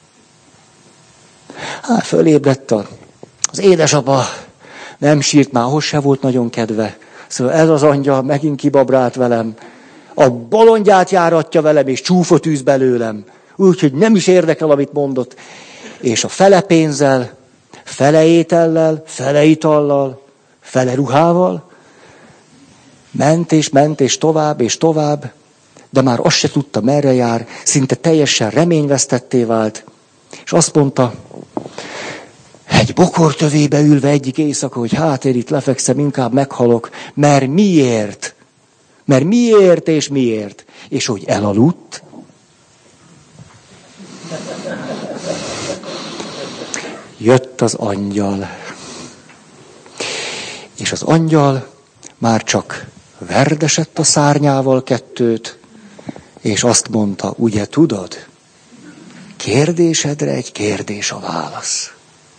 Hát fölébredt az édesapa, nem sírt, már ahhoz se volt nagyon kedve. Szóval ez az angyal megint kibabrált velem, a bolondját járatja velem, és csúfot űz belőlem. Úgyhogy nem is érdekel, amit mondott. És a fele pénzzel, fele étellel, fele itallal, fele ruhával ment és ment és tovább és tovább, de már azt se tudta, merre jár, szinte teljesen reményvesztetté vált, és azt mondta, Egy bokortövébe ülve egyik éjszaka, hogy hát én itt lefekszem, inkább meghalok. Mert miért? Mert miért és miért? És hogy elaludt. Jött az angyal. És az angyal már csak verdesett a szárnyával kettőt, és azt mondta, ugye tudod, kérdésedre egy kérdés a válasz.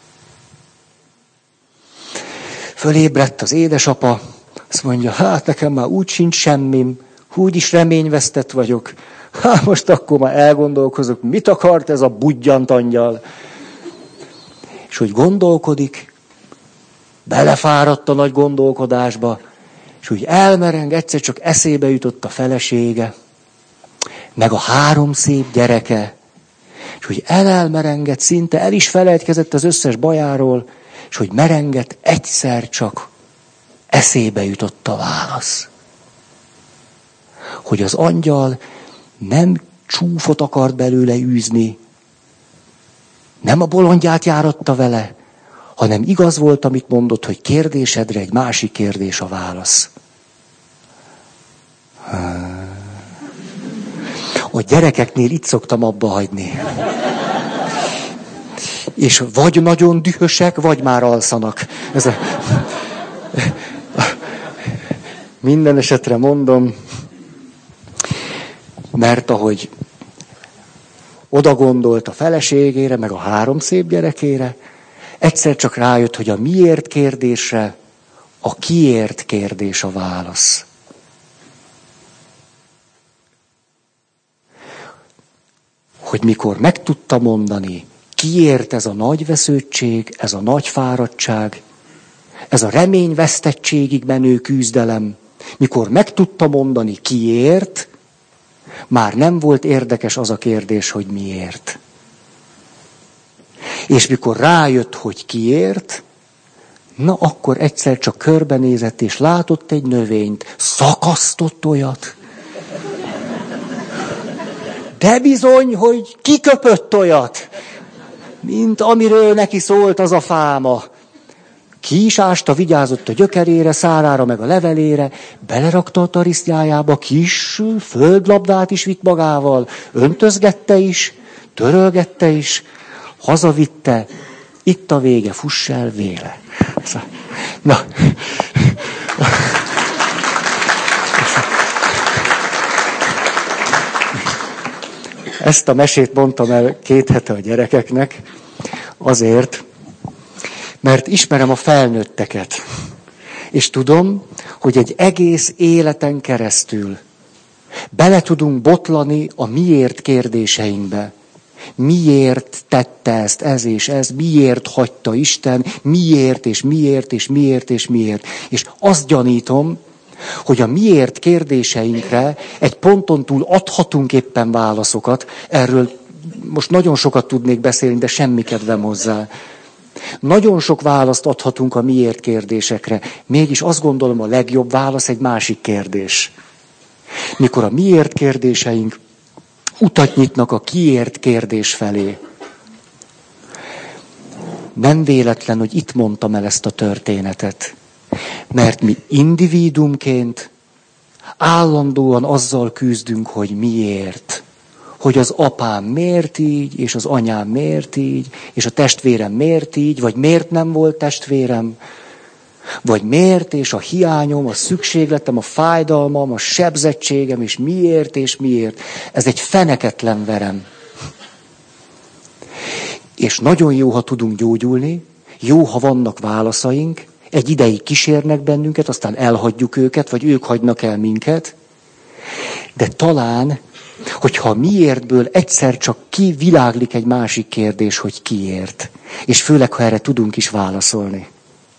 Fölébredt az édesapa, azt mondja, hát nekem már úgy sincs semmim, úgy is reményvesztett vagyok. Hát most akkor már elgondolkozok, mit akart ez a budjant angyal. És hogy gondolkodik, belefáradt a nagy gondolkodásba, és úgy elmereng, egyszer csak eszébe jutott a felesége, meg a három szép gyereke, és hogy elelmerengett, szinte el is felejtkezett az összes bajáról, és hogy merengett, egyszer csak eszébe jutott a válasz. Hogy az angyal nem csúfot akart belőle űzni, nem a bolondját járatta vele, hanem igaz volt, amit mondott, hogy kérdésedre egy másik kérdés a válasz. A gyerekeknél itt szoktam abba hagyni. És vagy nagyon dühösek, vagy már alszanak. Ez a... Minden esetre mondom, mert ahogy oda gondolt a feleségére, meg a három szép gyerekére, egyszer csak rájött, hogy a miért kérdésre a kiért kérdés a válasz. Hogy mikor meg tudta mondani, kiért ez a nagy vesződtség, ez a nagy fáradtság, ez a reményvesztettségig menő küzdelem, mikor meg tudta mondani, kiért, már nem volt érdekes az a kérdés, hogy miért. És mikor rájött, hogy kiért, na akkor egyszer csak körbenézett, és látott egy növényt, szakasztott olyat. De bizony, hogy kiköpött olyat, mint amiről neki szólt az a fáma. Ki is ásta, vigyázott a gyökerére, szárára, meg a levelére, belerakta a tarisznyájába, kis földlabdát is vitt magával, öntözgette is, törölgette is, hazavitte, itt a vége, fuss el véle. Na. Ezt a mesét mondtam el két hete a gyerekeknek, azért, mert ismerem a felnőtteket, és tudom, hogy egy egész életen keresztül bele tudunk botlani a miért kérdéseinkbe. Miért tette ezt, ez és ez, miért hagyta Isten, miért és miért és miért és miért. És azt gyanítom, hogy a miért kérdéseinkre egy ponton túl adhatunk éppen válaszokat. Erről most nagyon sokat tudnék beszélni, de semmi kedvem hozzá. Nagyon sok választ adhatunk a miért kérdésekre. Mégis azt gondolom, a legjobb válasz egy másik kérdés. Mikor a miért kérdéseink utat nyitnak a kiért kérdés felé. Nem véletlen, hogy itt mondtam el ezt a történetet. Mert mi individuumként állandóan azzal küzdünk, hogy miért. Hogy az apám miért így, és az anyám miért így, és a testvérem miért így, vagy miért nem volt testvérem, vagy miért, és a hiányom, a szükségletem, a fájdalmam, a sebzettségem, és miért, és miért. Ez egy feneketlen verem. És nagyon jó, ha tudunk gyógyulni, jó, ha vannak válaszaink, egy ideig kísérnek bennünket, aztán elhagyjuk őket, vagy ők hagynak el minket, de talán, hogyha miértből egyszer csak kiviláglik egy másik kérdés, hogy kiért. És főleg, ha erre tudunk is válaszolni.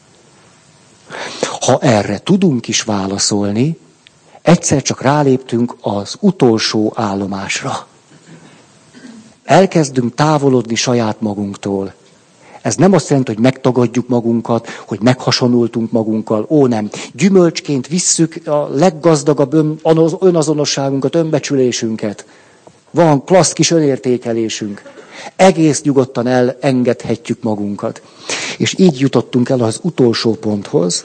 Ha erre tudunk is válaszolni, egyszer csak ráléptünk az utolsó állomásra. Elkezdünk távolodni saját magunktól. Ez nem azt jelenti, hogy megtagadjuk magunkat, hogy meghasonultunk magunkkal. Ó, nem. Gyümölcsként visszük a leggazdagabb ön, önazonosságunkat, önbecsülésünket. Van klassz kis önértékelésünk. Egész nyugodtan elengedhetjük magunkat. És így jutottunk el az utolsó ponthoz,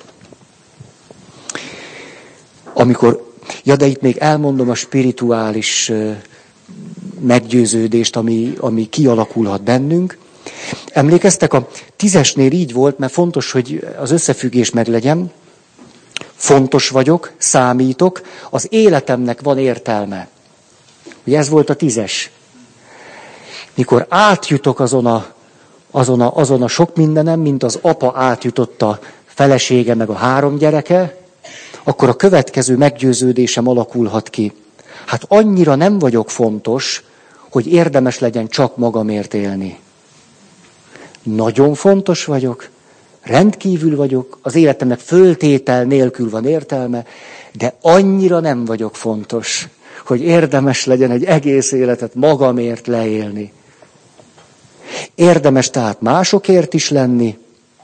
amikor, ja, de itt még elmondom a spirituális meggyőződést, ami, ami kialakulhat bennünk. Emlékeztek, a tízesnél így volt, mert fontos, hogy az összefüggés meglegyen. Fontos vagyok, számítok, az életemnek van értelme. Ugye ez volt a tízes. Mikor átjutok azon a, azon a, azon a sok mindenem, mint az apa átjutott a felesége meg a három gyereke, akkor a következő meggyőződésem alakulhat ki. Hát annyira nem vagyok fontos, hogy érdemes legyen csak magamért élni. Nagyon fontos vagyok, rendkívül vagyok, az életemnek föltétel nélkül van értelme, de annyira nem vagyok fontos, hogy érdemes legyen egy egész életet magamért leélni. Érdemes tehát másokért is lenni,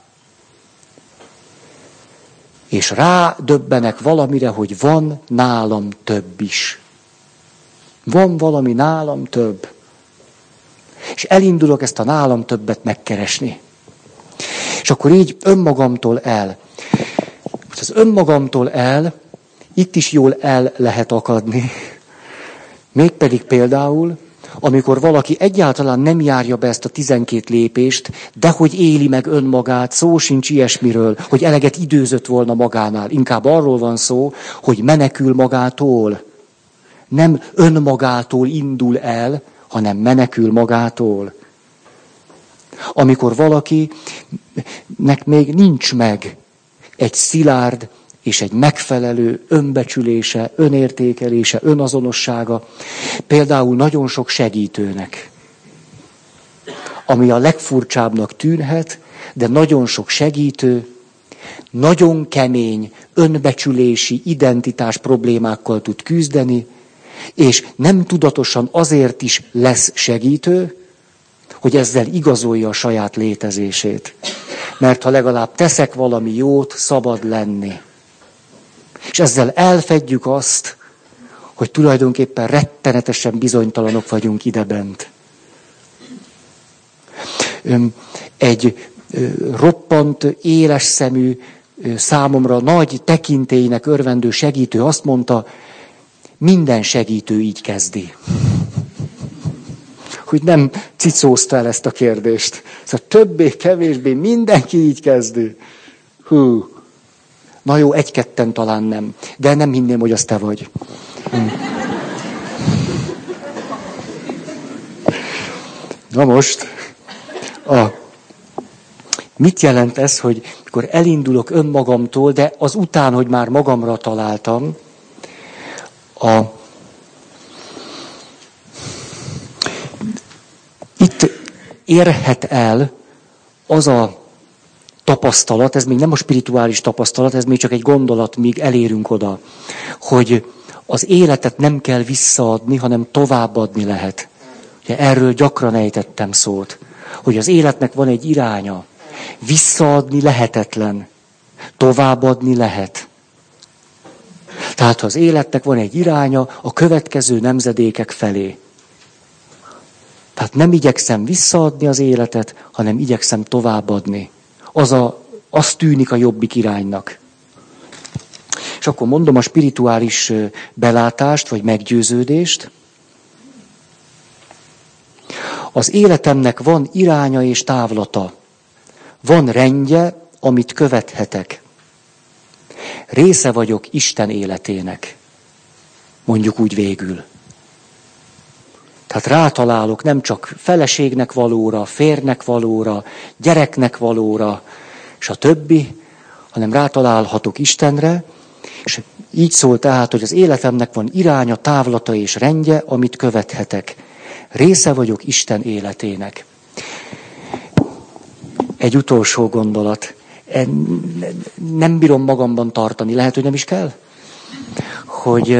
és rádöbbenek valamire, hogy van nálam több is. Van valami nálam több. És elindulok ezt a nálam többet megkeresni. És akkor így önmagamtól el. Az önmagamtól el, itt is jól el lehet akadni. Mégpedig például, amikor valaki egyáltalán nem járja be ezt a tizenkét lépést, de hogy éli meg önmagát, szó sincs ilyesmiről, hogy eleget időzött volna magánál. Inkább arról van szó, hogy menekül magától. Nem önmagától indul el, hanem menekül magától. Amikor valakinek még nincs meg egy szilárd és egy megfelelő önbecsülése, önértékelése, önazonossága, például nagyon sok segítőnek, ami a legfurcsábbnak tűnhet, de nagyon sok segítő, nagyon kemény önbecsülési, identitás problémákkal tud küzdeni, és nem tudatosan azért is lesz segítő, hogy ezzel igazolja a saját létezését. Mert ha legalább teszek valami jót, szabad lenni. És ezzel elfedjük azt, hogy tulajdonképpen rettenetesen bizonytalanok vagyunk idebent. Egy roppant, éles szemű, számomra nagy tekintélynek örvendő segítő azt mondta, minden segítő így kezdi. Hogy nem cicózta el ezt a kérdést. Szóval többé-kevésbé mindenki így kezdi. Hú. Na jó, egy-ketten talán nem. De nem hinném, hogy az te vagy. Hm. Na most, a, mit jelent ez, hogy mikor elindulok önmagamtól, de az után, hogy már magamra találtam, a, itt érhet el az a tapasztalat, ez még nem a spirituális tapasztalat, ez még csak egy gondolat, míg elérünk oda, hogy az életet nem kell visszaadni, hanem továbbadni lehet. Ugye erről gyakran ejtettem szót, hogy az életnek van egy iránya. Visszaadni lehetetlen, továbbadni lehet. Tehát ha az életnek van egy iránya a következő nemzedékek felé. Tehát nem igyekszem visszaadni az életet, hanem igyekszem továbbadni. Az, a, az tűnik a jobbik iránynak. És akkor mondom a spirituális belátást, vagy meggyőződést. Az életemnek van iránya és távlata. Van rendje, amit követhetek. Része vagyok Isten életének. Mondjuk úgy végül. Tehát rátalálok nem csak feleségnek valóra, férnek valóra, gyereknek valóra, és a többi, hanem rátalálhatok Istenre, és így szól tehát, hogy az életemnek van iránya, távlata és rendje, amit követhetek. Része vagyok Isten életének. Egy utolsó gondolat. Nem bírom magamban tartani, lehet, hogy nem is kell, hogy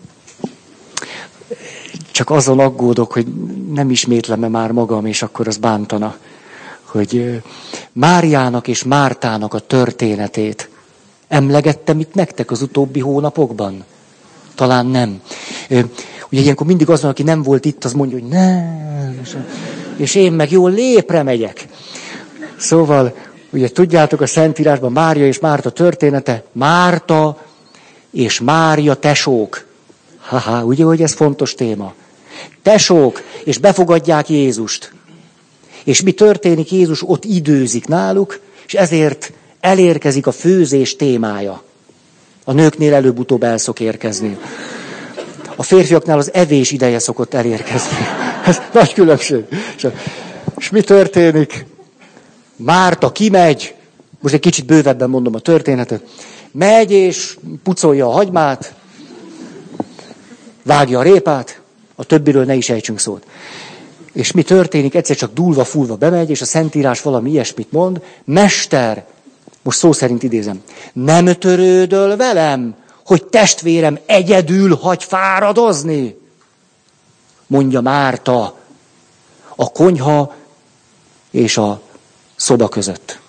csak azon aggódok, hogy nem ismétlem-e már magam, és akkor az bántana, hogy Máriának és Mártának a történetét emlegettem itt nektek az utóbbi hónapokban? Talán nem. Ugye ilyenkor mindig az van, aki nem volt itt, az mondja, hogy nem. És én meg jól lépre megyek. Szóval, ugye tudjátok, a Szentírásban Mária és Márta története. Márta és Mária tesók. Haha, ugye, hogy ez fontos téma. Tesók, és befogadják Jézust. És mi történik? Jézus ott időzik náluk, és ezért elérkezik a főzés témája. A nőknél előbb-utóbb el szok érkezni. A férfiaknál az evés ideje szokott elérkezni. Ez nagy különbség. És mi történik? Márta kimegy, most egy kicsit bővebben mondom a történetet, megy és pucolja a hagymát, vágja a répát, a többiről ne is ejtsünk szót. És mi történik? Egyszer csak dúlva-fulva bemegy, és a Szentírás valami ilyesmit mond. Mester, most szó szerint idézem, nem törődöl velem, hogy testvérem egyedül hagy fáradozni? Mondja Márta, a konyha és a szoba között.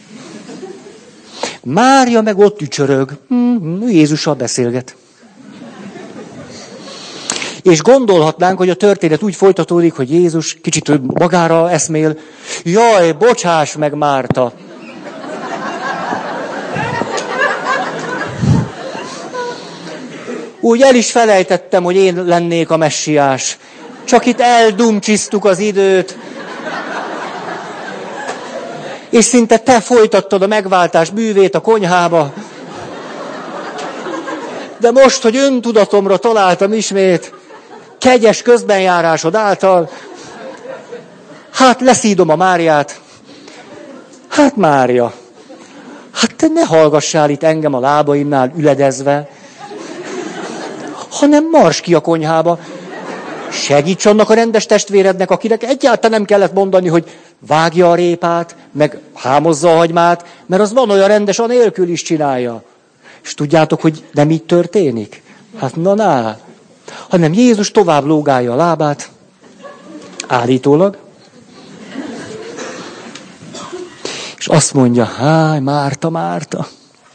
Mária meg ott ücsörög, Jézussal beszélget. És gondolhatnánk, hogy a történet úgy folytatódik, hogy Jézus kicsit magára eszmél. Jaj, bocsáss meg, Márta! Úgy el is felejtettem, hogy én lennék a messiás. Csak itt eldumcsisztuk az időt. És szinte te folytattad a megváltás bűvét a konyhába. De most, hogy öntudatomra találtam ismét, kegyes közbenjárásod által, hát leszídom a Máriát. Hát Mária, hát te ne hallgassál itt engem a lábaimnál üledezve, hanem marss ki a konyhába. Segíts annak a rendes testvérednek, akinek egyáltalán nem kellett mondani, hogy vágja a répát, meg hámozza a hagymát, mert az van olyan rendes, anélkül is csinálja. És tudjátok, hogy nem így történik? Hát na na. Hanem Jézus tovább lógálja a lábát, állítólag, és azt mondja, háj, Márta, Márta,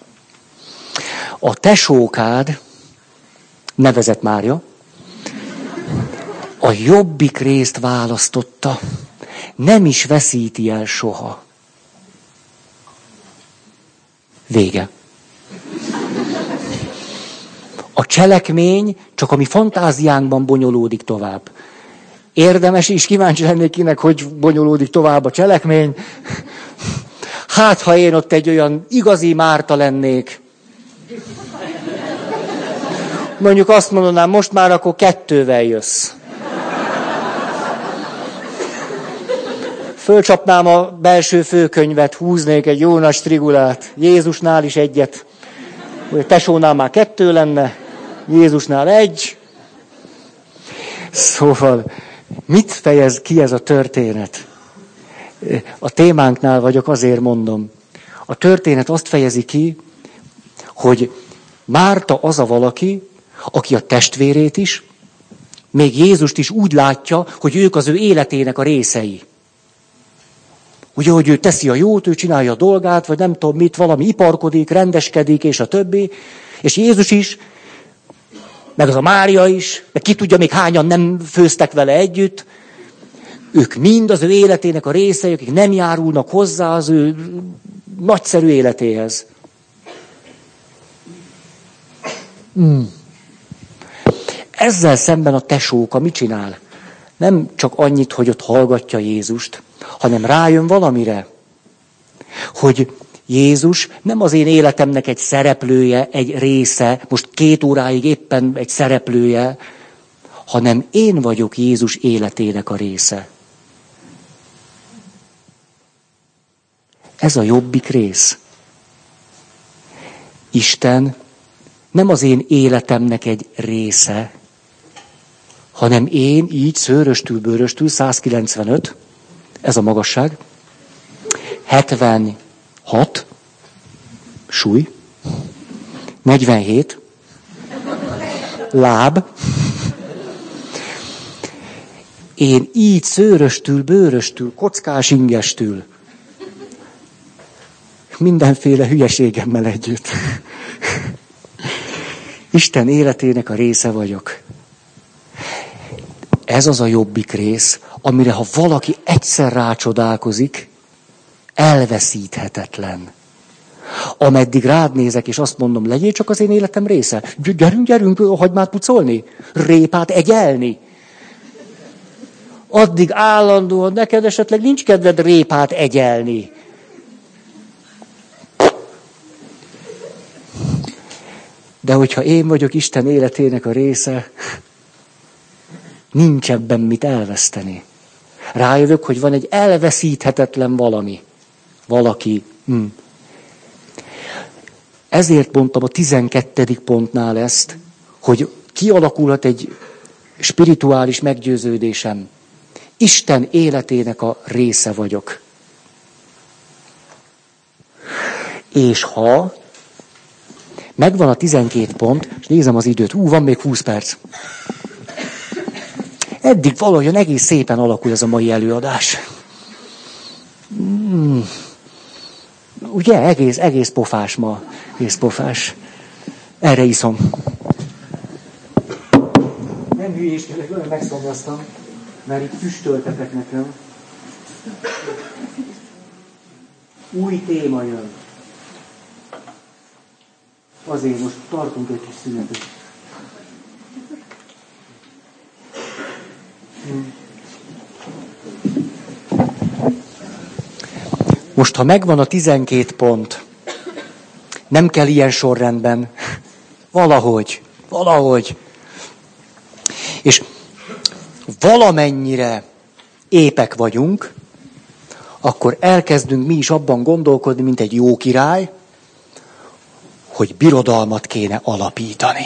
a tesókád, nevezett Mária, a jobbik részt választotta, nem is veszíti el soha. Vége. A cselekmény csak a mi fantáziánkban bonyolódik tovább. Érdemes is, kíváncsi lennék kinek, hogy bonyolódik tovább a cselekmény. Hát, ha én ott egy olyan igazi Márta lennék, mondjuk azt mondanám, most már akkor kettővel jössz. Fölcsapnám a belső főkönyvet, húznék egy jó nagy strigulát, Jézusnál is egyet. A tesónál már kettő lenne, Jézusnál egy. Szóval, mit fejez ki ez a történet? A témánknál vagyok, azért mondom. A történet azt fejezi ki, hogy Márta az a valaki, aki a testvérét is, még Jézust is úgy látja, hogy ők az ő életének a részei. Ugye, hogy ő teszi a jót, ő csinálja a dolgát, vagy nem tudom mit, valami iparkodik, rendeskedik, és a többi. És Jézus is, meg az a Mária is, meg ki tudja, még hányan nem főztek vele együtt. Ők mind az ő életének a részei, akik nem járulnak hozzá az ő nagyszerű életéhez. Hmm. Ezzel szemben a tesóka mit csinál? Nem csak annyit, hogy ott hallgatja Jézust, hanem rájön valamire, hogy Jézus nem az én életemnek egy szereplője, egy része, most két óráig éppen egy szereplője, hanem én vagyok Jézus életének a része. Ez a jobbik rész. Isten nem az én életemnek egy része, hanem én így szőröstül, bőröstül, száz kilencvenöt, ez a magasság, hetvenhat, súly, negyvenhét, láb, én így szőröstül, bőröstül, kockás ingestül, mindenféle hülyeségemmel együtt. Isten életének a része vagyok. ez az a jobbik rész, amire ha valaki egyszer rácsodálkozik, elveszíthetetlen. Ameddig rád nézek, és azt mondom, legyél csak az én életem része. Gyerünk, gyerünk, hagymát pucolni, répát egyelni. Addig állandóan neked esetleg nincs kedved répát egyelni. De hogyha én vagyok Isten életének a része, nincs ebben mit elveszteni. Rájövök, hogy van egy elveszíthetetlen valami. Valaki. Hm. Ezért mondtam a tizenkettedik pontnál ezt, hogy kialakulhat egy spirituális meggyőződésem. Isten életének a része vagyok. És ha megvan a tizenkét pont, és nézem az időt, ú, van még húsz perc. Eddig valahogyan egész szépen alakul ez a mai előadás. Hmm. Ugye, egész, egész pofás ma. Egész pofás. Erre iszom. Nem hülyéskedek, olyan megszomlasztam, mert itt füstöltetek nekem. Új téma jön. Azért most tartunk egy kis szünetet. Most, ha megvan a tizenkét pont, nem kell ilyen sorrendben. Valahogy, valahogy. És valamennyire épek vagyunk, akkor elkezdünk mi is abban gondolkodni, mint egy jó király, hogy birodalmat kéne alapítani.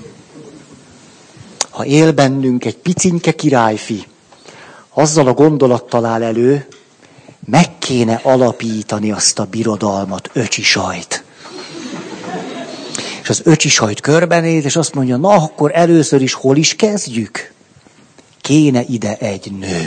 Ha él bennünk egy picinke királyfi, azzal a gondolattal áll elő, meg kéne alapítani azt a birodalmat, öcsi sajt. És az öcsi sajt körbenéz, és azt mondja, na akkor először is hol is kezdjük? Kéne ide egy nő.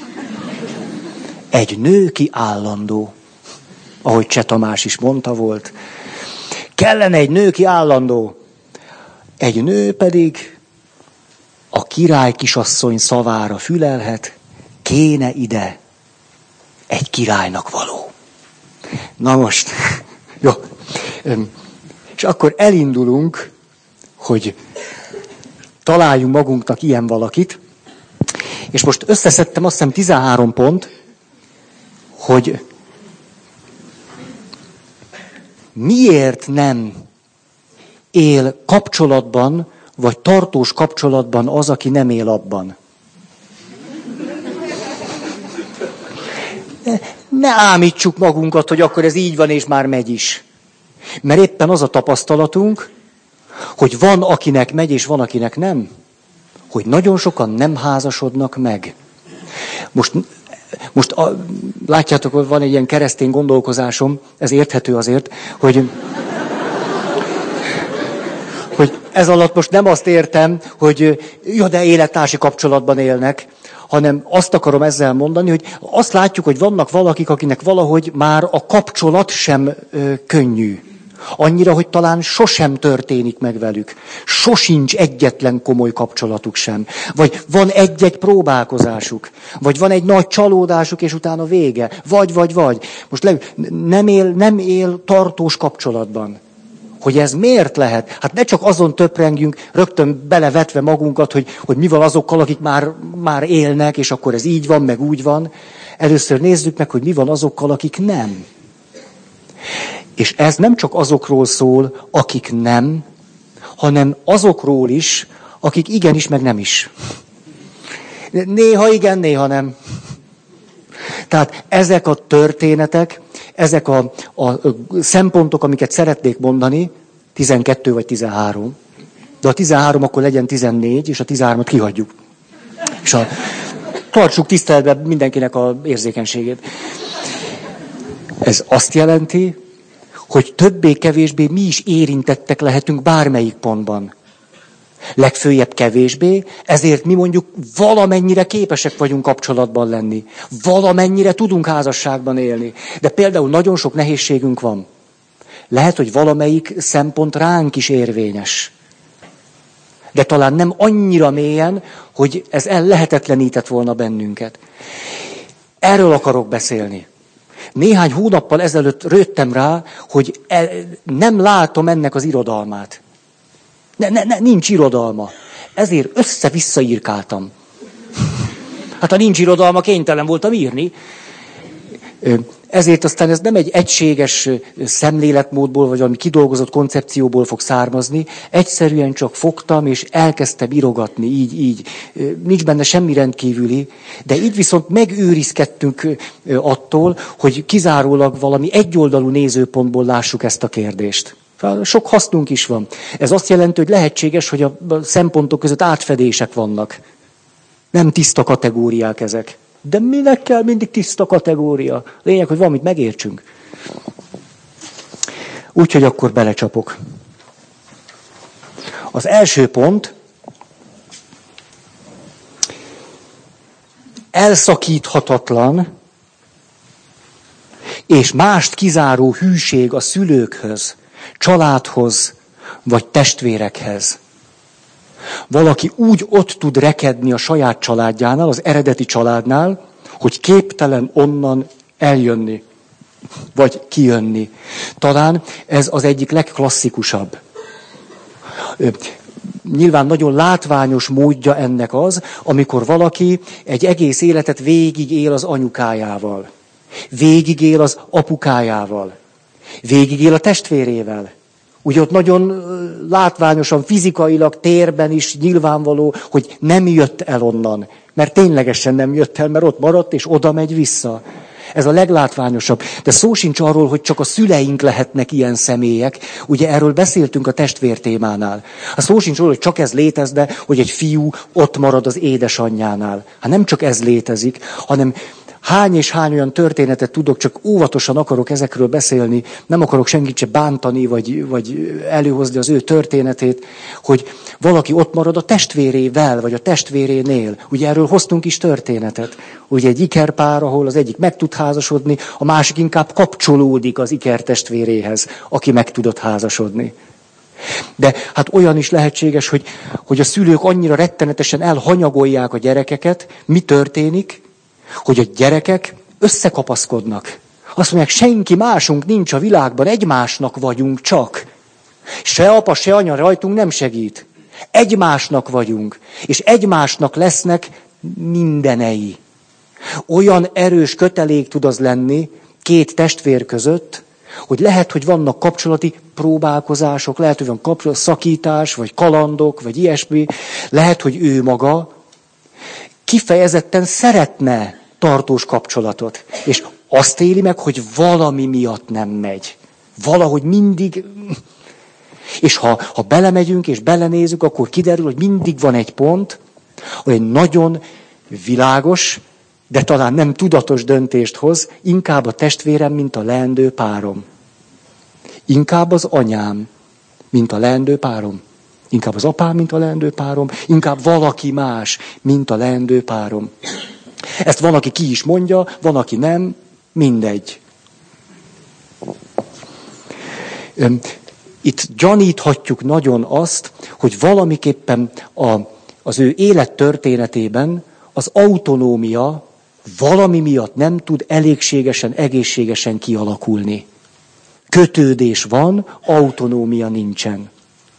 Egy nő, ki állandó. Ahogy Cseh Tamás is mondta volt. Kellene egy nő, ki állandó. Egy nő pedig a király kisasszony szavára fülelhet, kéne ide egy királynak való. Na most, jó. És akkor elindulunk, hogy találjunk magunknak ilyen valakit, és most összeszedtem azt hiszem tizenhárom pont, hogy miért nem él kapcsolatban, vagy tartós kapcsolatban az, aki nem él abban. Ne ámítsuk magunkat, hogy akkor ez így van, és már megy is. Mert éppen az a tapasztalatunk, hogy van, akinek megy, és van, akinek nem. Hogy nagyon sokan nem házasodnak meg. Most, most a, látjátok, hogy van egy ilyen keresztény gondolkozásom, ez érthető azért, hogy... hogy ez alatt most nem azt értem, hogy jó, de élettársi kapcsolatban élnek, hanem azt akarom ezzel mondani, hogy azt látjuk, hogy vannak valakik, akinek valahogy már a kapcsolat sem ö, könnyű. Annyira, hogy talán sosem történik meg velük. Sosincs egyetlen komoly kapcsolatuk sem. Vagy van egy-egy próbálkozásuk. Vagy van egy nagy csalódásuk, és utána vége. Vagy, vagy, vagy. Most le, nem, él, nem él tartós kapcsolatban. Hogy ez miért lehet? Hát ne csak azon töprengjünk, rögtön belevetve magunkat, hogy, hogy mi van azokkal, akik már, már élnek, és akkor ez így van, meg úgy van. Először nézzük meg, hogy mi van azokkal, akik nem. És ez nem csak azokról szól, akik nem, hanem azokról is, akik igenis, meg nem is. Néha igen, néha nem. Tehát ezek a történetek, ezek a, a szempontok, amiket szeretnék mondani, tizenkettő vagy tizenhárom, de a tizenhárom akkor legyen tizennégy, és a tizenhármat kihagyjuk. És a, tartsuk tiszteletben mindenkinek az érzékenységét. Ez azt jelenti, hogy többé-kevésbé mi is érintettek lehetünk bármelyik pontban. Legfőjebb kevésbé, ezért mi mondjuk valamennyire képesek vagyunk kapcsolatban lenni. Valamennyire tudunk házasságban élni. De például nagyon sok nehézségünk van. Lehet, hogy valamelyik szempont ránk is érvényes. De talán nem annyira mélyen, hogy ez ellehetetlenített volna bennünket. Erről akarok beszélni. Néhány hónappal ezelőtt rögtem rá, hogy nem látom ennek az irodalmát. Ne, ne, ne, nincs irodalma. Ezért össze-vissza írkáltam. Hát ha nincs irodalma, kénytelen voltam írni. Ezért aztán ez nem egy egységes szemléletmódból, vagy valami kidolgozott koncepcióból fog származni. Egyszerűen csak fogtam, és elkezdtem írogatni, így, így. Nincs benne semmi rendkívüli, de így viszont megőrizkedtünk attól, hogy kizárólag valami egyoldalú nézőpontból lássuk ezt a kérdést. Sok hasznunk is van. Ez azt jelenti, hogy lehetséges, hogy a szempontok között átfedések vannak. Nem tiszta kategóriák ezek. De minek kell mindig tiszta kategória? Lényeg, hogy valamit megértsünk. Úgyhogy akkor belecsapok. Az első pont, elszakíthatatlan és mást kizáró hűség a szülőkhöz, családhoz vagy testvérekhez. Valaki úgy ott tud rekedni a saját családjánál, az eredeti családnál, hogy képtelen onnan eljönni, vagy kijönni. Talán ez az egyik legklasszikusabb. Nyilván nagyon látványos módja ennek az, amikor valaki egy egész életet végig él az anyukájával, végig él az apukájával, végig él a testvérével. Ugye ott nagyon látványosan, fizikailag, térben is nyilvánvaló, hogy nem jött el onnan. Mert ténylegesen nem jött el, mert ott maradt, és oda megy vissza. Ez a leglátványosabb. De szó sincs arról, hogy csak a szüleink lehetnek ilyen személyek. Ugye erről beszéltünk a testvér témánál. A szó sincs arról, hogy csak ez létezne, hogy egy fiú ott marad az édesanyjánál. Hát nem csak ez létezik, hanem hány és hány olyan történetet tudok, csak óvatosan akarok ezekről beszélni, nem akarok senkit se bántani, vagy, vagy előhozni az ő történetét, hogy valaki ott marad a testvérével, vagy a testvérénél. Ugye erről hoztunk is történetet. Ugye egy ikerpár, ahol az egyik meg tud házasodni, a másik inkább kapcsolódik az ikertestvéréhez, aki meg tudott házasodni. De hát olyan is lehetséges, hogy, hogy a szülők annyira rettenetesen elhanyagolják a gyerekeket, mi történik, hogy a gyerekek összekapaszkodnak. Azt mondják, senki másunk nincs a világban, egymásnak vagyunk csak. Se apa, se anya rajtunk nem segít. Egymásnak vagyunk, és egymásnak lesznek mindenei. Olyan erős kötelék tud az lenni két testvér között, hogy lehet, hogy vannak kapcsolati próbálkozások, lehet, hogy van kapcsolati szakítás, vagy kalandok, vagy ilyesmi. Lehet, hogy ő maga kifejezetten szeretne tartós kapcsolatot. És azt éli meg, hogy valami miatt nem megy. Valahogy mindig... És ha, ha belemegyünk és belenézünk, akkor kiderül, hogy mindig van egy pont, hogy egy nagyon világos, de talán nem tudatos döntést hoz, inkább a testvérem, mint a leendő párom. Inkább az anyám, mint a leendő párom. Inkább az apám, mint a leendő párom. Inkább valaki más, mint a leendő párom. Ezt van, aki ki is mondja, van, aki nem, mindegy. Itt gyaníthatjuk nagyon azt, hogy valamiképpen a, az ő élettörténetében az autonómia valami miatt nem tud elégségesen, egészségesen kialakulni. Kötődés van, autonómia nincsen.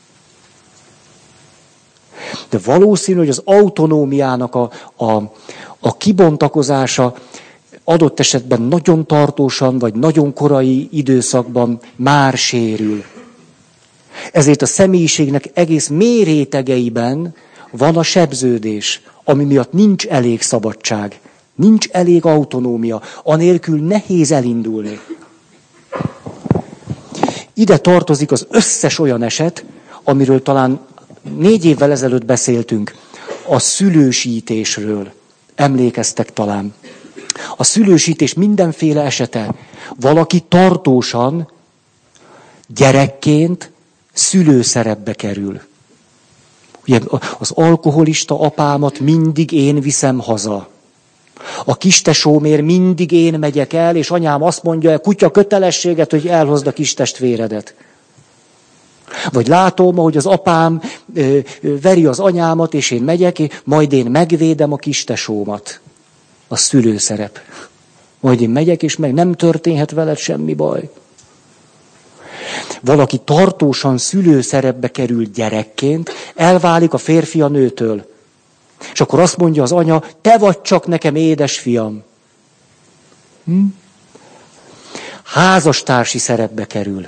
De valószínű, hogy az autonómiának a, a, a kibontakozása adott esetben nagyon tartósan, vagy nagyon korai időszakban már sérül. Ezért a személyiségnek egész mély rétegeiben van a sebződés, ami miatt nincs elég szabadság, nincs elég autonómia, anélkül nehéz elindulni. Ide tartozik az összes olyan eset, amiről talán négy évvel ezelőtt beszéltünk, a szülősítésről. Emlékeztek talán. A szülősítés mindenféle esete. Valaki tartósan, gyerekként szülőszerepbe kerül. Ugye az alkoholista apámat mindig én viszem haza. A kistesómér mindig én megyek el, és anyám azt mondja, kutya kötelességet, hogy elhozd a kistestvéredet. Vagy látom, hogy az apám veri az anyámat, és én megyek, majd én megvédem a kistesómat. A szülőszerep. Majd én megyek, és meg nem történhet veled semmi baj. Valaki tartósan szülőszerepbe kerül gyerekként, elválik a férfi a nőtől. És akkor azt mondja az anya, te vagy csak nekem édesfiam. Hm? Házastársi szerepbe kerül.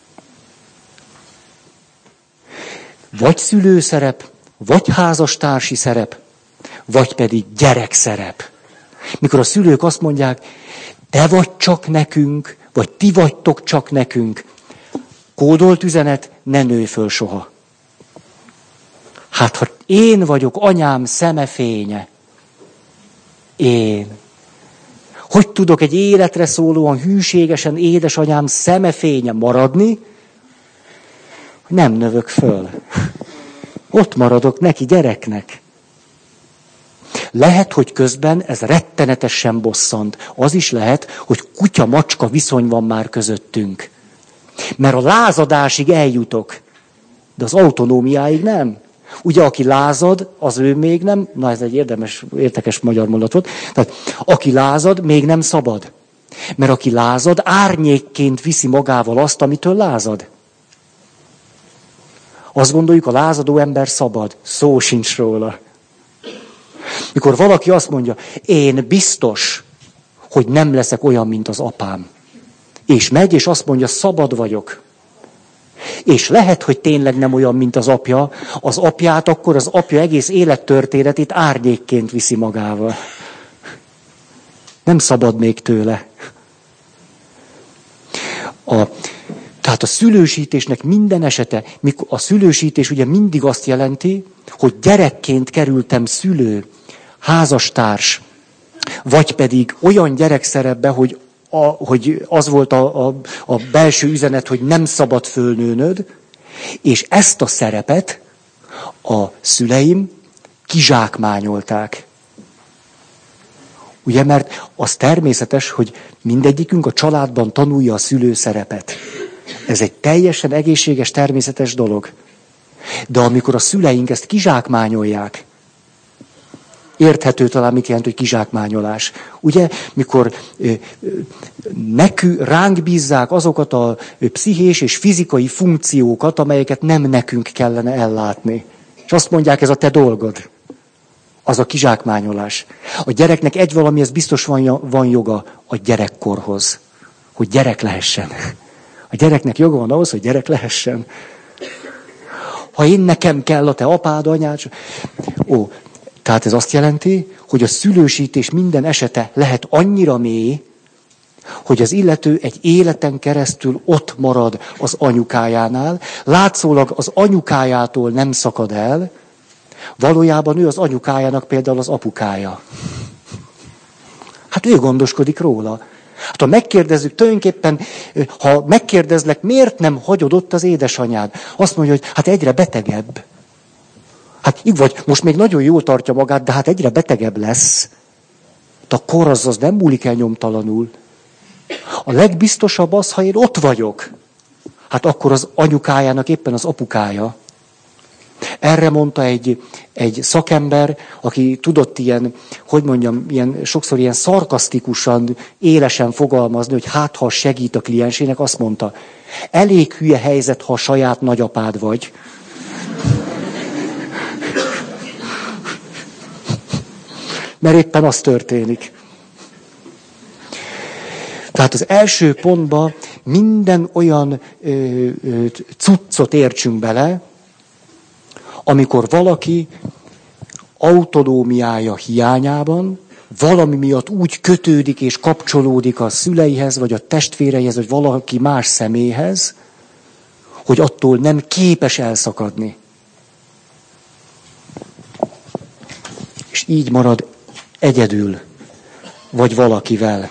Vagy szülőszerep, vagy házastársi szerep, vagy pedig gyerekszerep. Mikor a szülők azt mondják, te vagy csak nekünk, vagy ti vagytok csak nekünk, kódolt üzenet, ne nőj föl soha. Hát, ha én vagyok anyám szemefénye, én. Hogy tudok egy életre szólóan, hűségesen édesanyám szemefénye maradni, nem növök föl. Ott maradok neki gyereknek. Lehet, hogy közben ez rettenetesen bosszant. Az is lehet, hogy kutya-macska viszony van már közöttünk. Mert a lázadásig eljutok, de az autonómiáig nem. Ugye, aki lázad, az ő még nem, na ez egy érdemes, értekes magyar mondat volt, tehát aki lázad, még nem szabad. Mert aki lázad, árnyékként viszi magával azt, amitől lázad. Azt gondoljuk, a lázadó ember szabad. Szó sincs róla. Mikor valaki azt mondja, én biztos, hogy nem leszek olyan, mint az apám. És megy, és azt mondja, szabad vagyok. És lehet, hogy tényleg nem olyan, mint az apja. Az apját akkor az apja egész élettörténetét árnyékként viszi magával. Nem szabad még tőle. A, tehát a szülősítésnek minden esete, mikor a szülősítés ugye mindig azt jelenti, hogy gyerekként kerültem szülő, házastárs, vagy pedig olyan gyerekszerepbe, hogy, a, hogy az volt a, a, a belső üzenet, hogy nem szabad fölnőnöd, és ezt a szerepet a szüleim kizsákmányolták. Ugye, mert az természetes, hogy mindegyikünk a családban tanulja a szülőszerepet. Ez egy teljesen egészséges, természetes dolog. De amikor a szüleink ezt kizsákmányolják, érthető talán mit jelent, hogy kizsákmányolás. Ugye, mikor ö, ö, nekünk, ránk bízzák azokat a ö, pszichés és fizikai funkciókat, amelyeket nem nekünk kellene ellátni. És azt mondják, ez a te dolgod. Az a kizsákmányolás. A gyereknek egy valamihez biztos van, van joga, a gyerekkorhoz. Hogy gyerek lehessen. A gyereknek joga van ahhoz, hogy gyerek lehessen. Ha én nekem kell a te apád, anyád... Ó, tehát ez azt jelenti, hogy a szülősítés minden esete lehet annyira mély, hogy az illető egy életen keresztül ott marad az anyukájánál, látszólag az anyukájától nem szakad el, valójában ő az anyukájának például az apukája. Hát ő gondoskodik róla. Hát ha megkérdezzük, tulajdonképpen, ha megkérdezlek, miért nem hagyod ott az édesanyád? Azt mondja, hogy hát egyre betegebb. Hát így vagy, most még nagyon jól tartja magát, de hát egyre betegebb lesz. De a kor az, az nem múlik el nyomtalanul. A legbiztosabb az, ha én ott vagyok. Hát akkor az anyukájának éppen az apukája. Erre mondta egy, egy szakember, aki tudott ilyen, hogy mondjam, ilyen, sokszor ilyen szarkasztikusan, élesen fogalmazni, hogy hát ha segít a kliensének, azt mondta, elég hülye helyzet, ha a saját nagyapád vagy. Mert éppen az történik. Tehát az első pontban minden olyan ö, ö, cuccot értsünk bele, amikor valaki autonómiája hiányában valami miatt úgy kötődik és kapcsolódik a szüleihez, vagy a testvéreihez, vagy valaki más személyhez, hogy attól nem képes elszakadni. És így marad egyedül, vagy valakivel.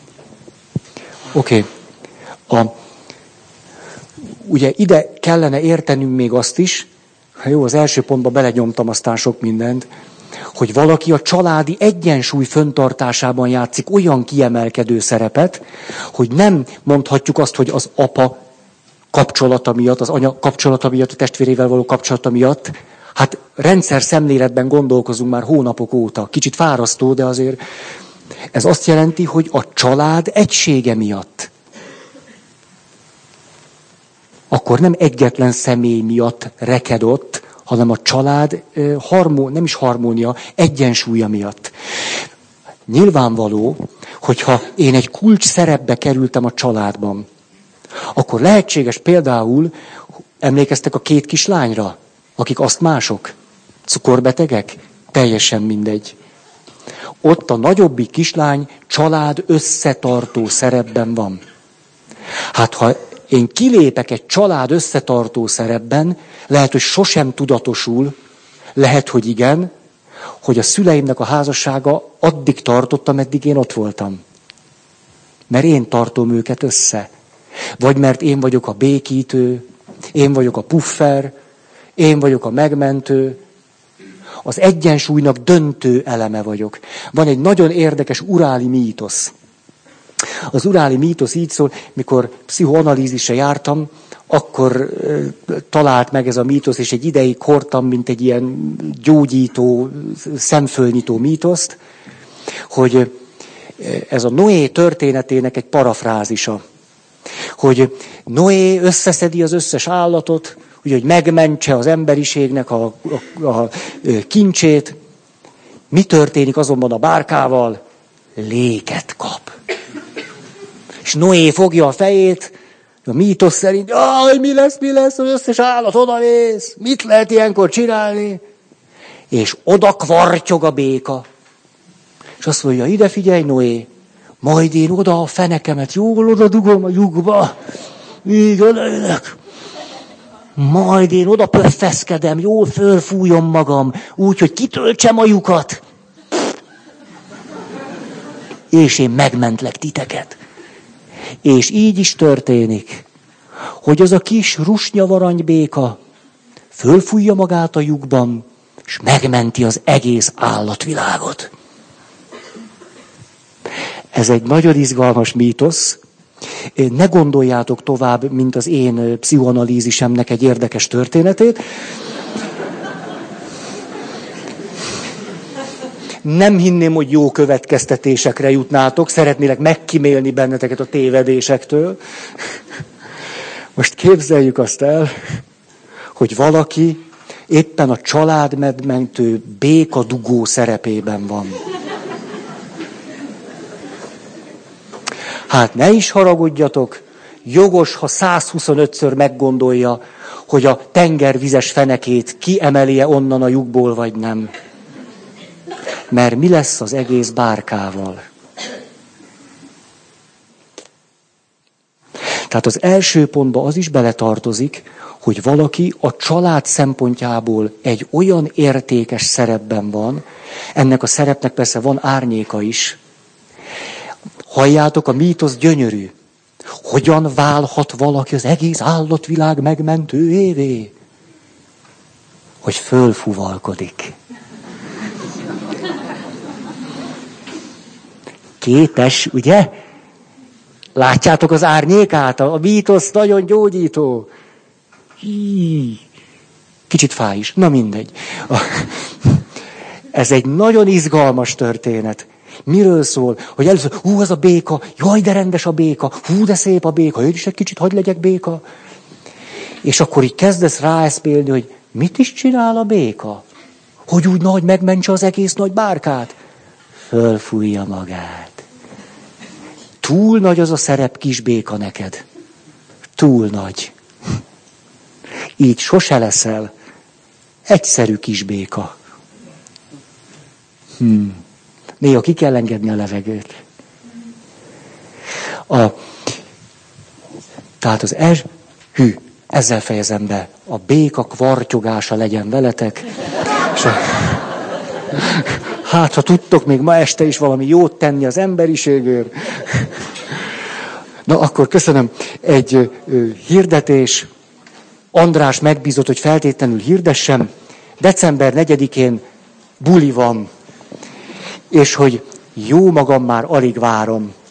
Oké. Okay. Ugye ide kellene értenünk még azt is, ha jó, az első pontba belenyomtam aztán sok mindent, hogy valaki a családi egyensúly föntartásában játszik olyan kiemelkedő szerepet, hogy nem mondhatjuk azt, hogy az apa kapcsolata miatt, az anya kapcsolata miatt, a testvérével való kapcsolata miatt Hát rendszer szemléletben gondolkozunk már hónapok óta. Kicsit fárasztó, de azért ez azt jelenti, hogy a család egysége miatt. Akkor nem egyetlen személy miatt rekedott, hanem a család harmó, nem is harmónia, egyensúlya miatt. Nyilvánvaló, hogyha én egy kulcs szerepbe kerültem a családban, akkor lehetséges például, emlékeztek a két kislányra, akik asztmások, cukorbetegek, teljesen mindegy. Ott a nagyobbik kislány család összetartó szerepben van. Hát ha én kilépek egy család összetartó szerepben, lehet, hogy sosem tudatosul, lehet, hogy igen, hogy a szüleimnek a házassága addig tartott, ameddig én ott voltam. Mert én tartom őket össze. Vagy mert én vagyok a békítő, én vagyok a puffer, én vagyok a megmentő. Az egyensúlynak döntő eleme vagyok. Van egy nagyon érdekes uráli mítosz. Az uráli mítosz így szól, mikor pszichoanalízisre jártam, akkor talált meg ez a mítosz, és egy ideig hordtam, mint egy ilyen gyógyító, szemfölnyitó mítoszt, hogy ez a Noé történetének egy parafrázisa. Hogy Noé összeszedi az összes állatot, ugye, hogy megmentse az emberiségnek a, a, a kincsét. Mi történik azonban a bárkával? Léket kap. És Noé fogja a fejét, a mítosz szerint, jaj, mi lesz, mi lesz, az összes állat odavész, mit lehet ilyenkor csinálni? És oda kvartyog a béka. És azt mondja, ide figyelj, Noé, majd én oda a fenekemet jól oda dugom a lyukba, így odaülök. Majd én oda pöffeszkedem, jól fölfújom magam, úgy, hogy kitöltsem a lyukat. És én megmentlek titeket. És így is történik, hogy az a kis rusnyavaranybéka fölfújja magát a lyukban, és megmenti az egész állatvilágot. Ez egy nagyon izgalmas mítosz. Ne gondoljátok tovább, mint az én pszichoanalízisemnek egy érdekes történetét. Nem hinném, hogy jó következtetésekre jutnátok, szeretnélek megkímélni benneteket a tévedésektől. Most képzeljük azt el, hogy valaki éppen a családmegmentő békadugó szerepében van. Hát ne is haragudjatok, jogos, ha százhuszonötször meggondolja, hogy a tengervizes fenekét kiemeli-e onnan a lyukból, vagy nem. Mert mi lesz az egész bárkával? Tehát az első pontba az is beletartozik, hogy valaki a család szempontjából egy olyan értékes szerepben van, ennek a szerepnek persze van árnyéka is. Halljátok, a mítosz gyönyörű. Hogyan válhat valaki az egész állatvilág megmentőjévé? Hogy fölfuvalkodik. Képes, ugye? Látjátok az árnyékát? A mítosz nagyon gyógyító. Hí. Kicsit fáj is. Na mindegy. Ez egy nagyon izgalmas történet. Miről szól? Hogy először, hú, az a béka, jaj, de rendes a béka, hú, de szép a béka, én is egy kicsit hadd legyek béka. És akkor így kezdesz ráeszmélni, hogy mit is csinál a béka? Hogy úgy nagy megmentse az egész nagy bárkát? Fölfújja magát. Túl nagy az a szerep, kis béka neked. Túl nagy. Így sose leszel egyszerű kis béka. Hmm. Néha ki kell engedni a levegőt. A, tehát az es... Hű, ezzel fejezem be. A béka kvartyogása legyen veletek. És a, hát, ha tudtok még ma este is valami jót tenni az emberiségért. Na, akkor köszönöm. Egy ö, hirdetés. András megbízott, hogy feltétlenül hirdessem. december negyedikén buli van. És hogy jó magam már alig várom.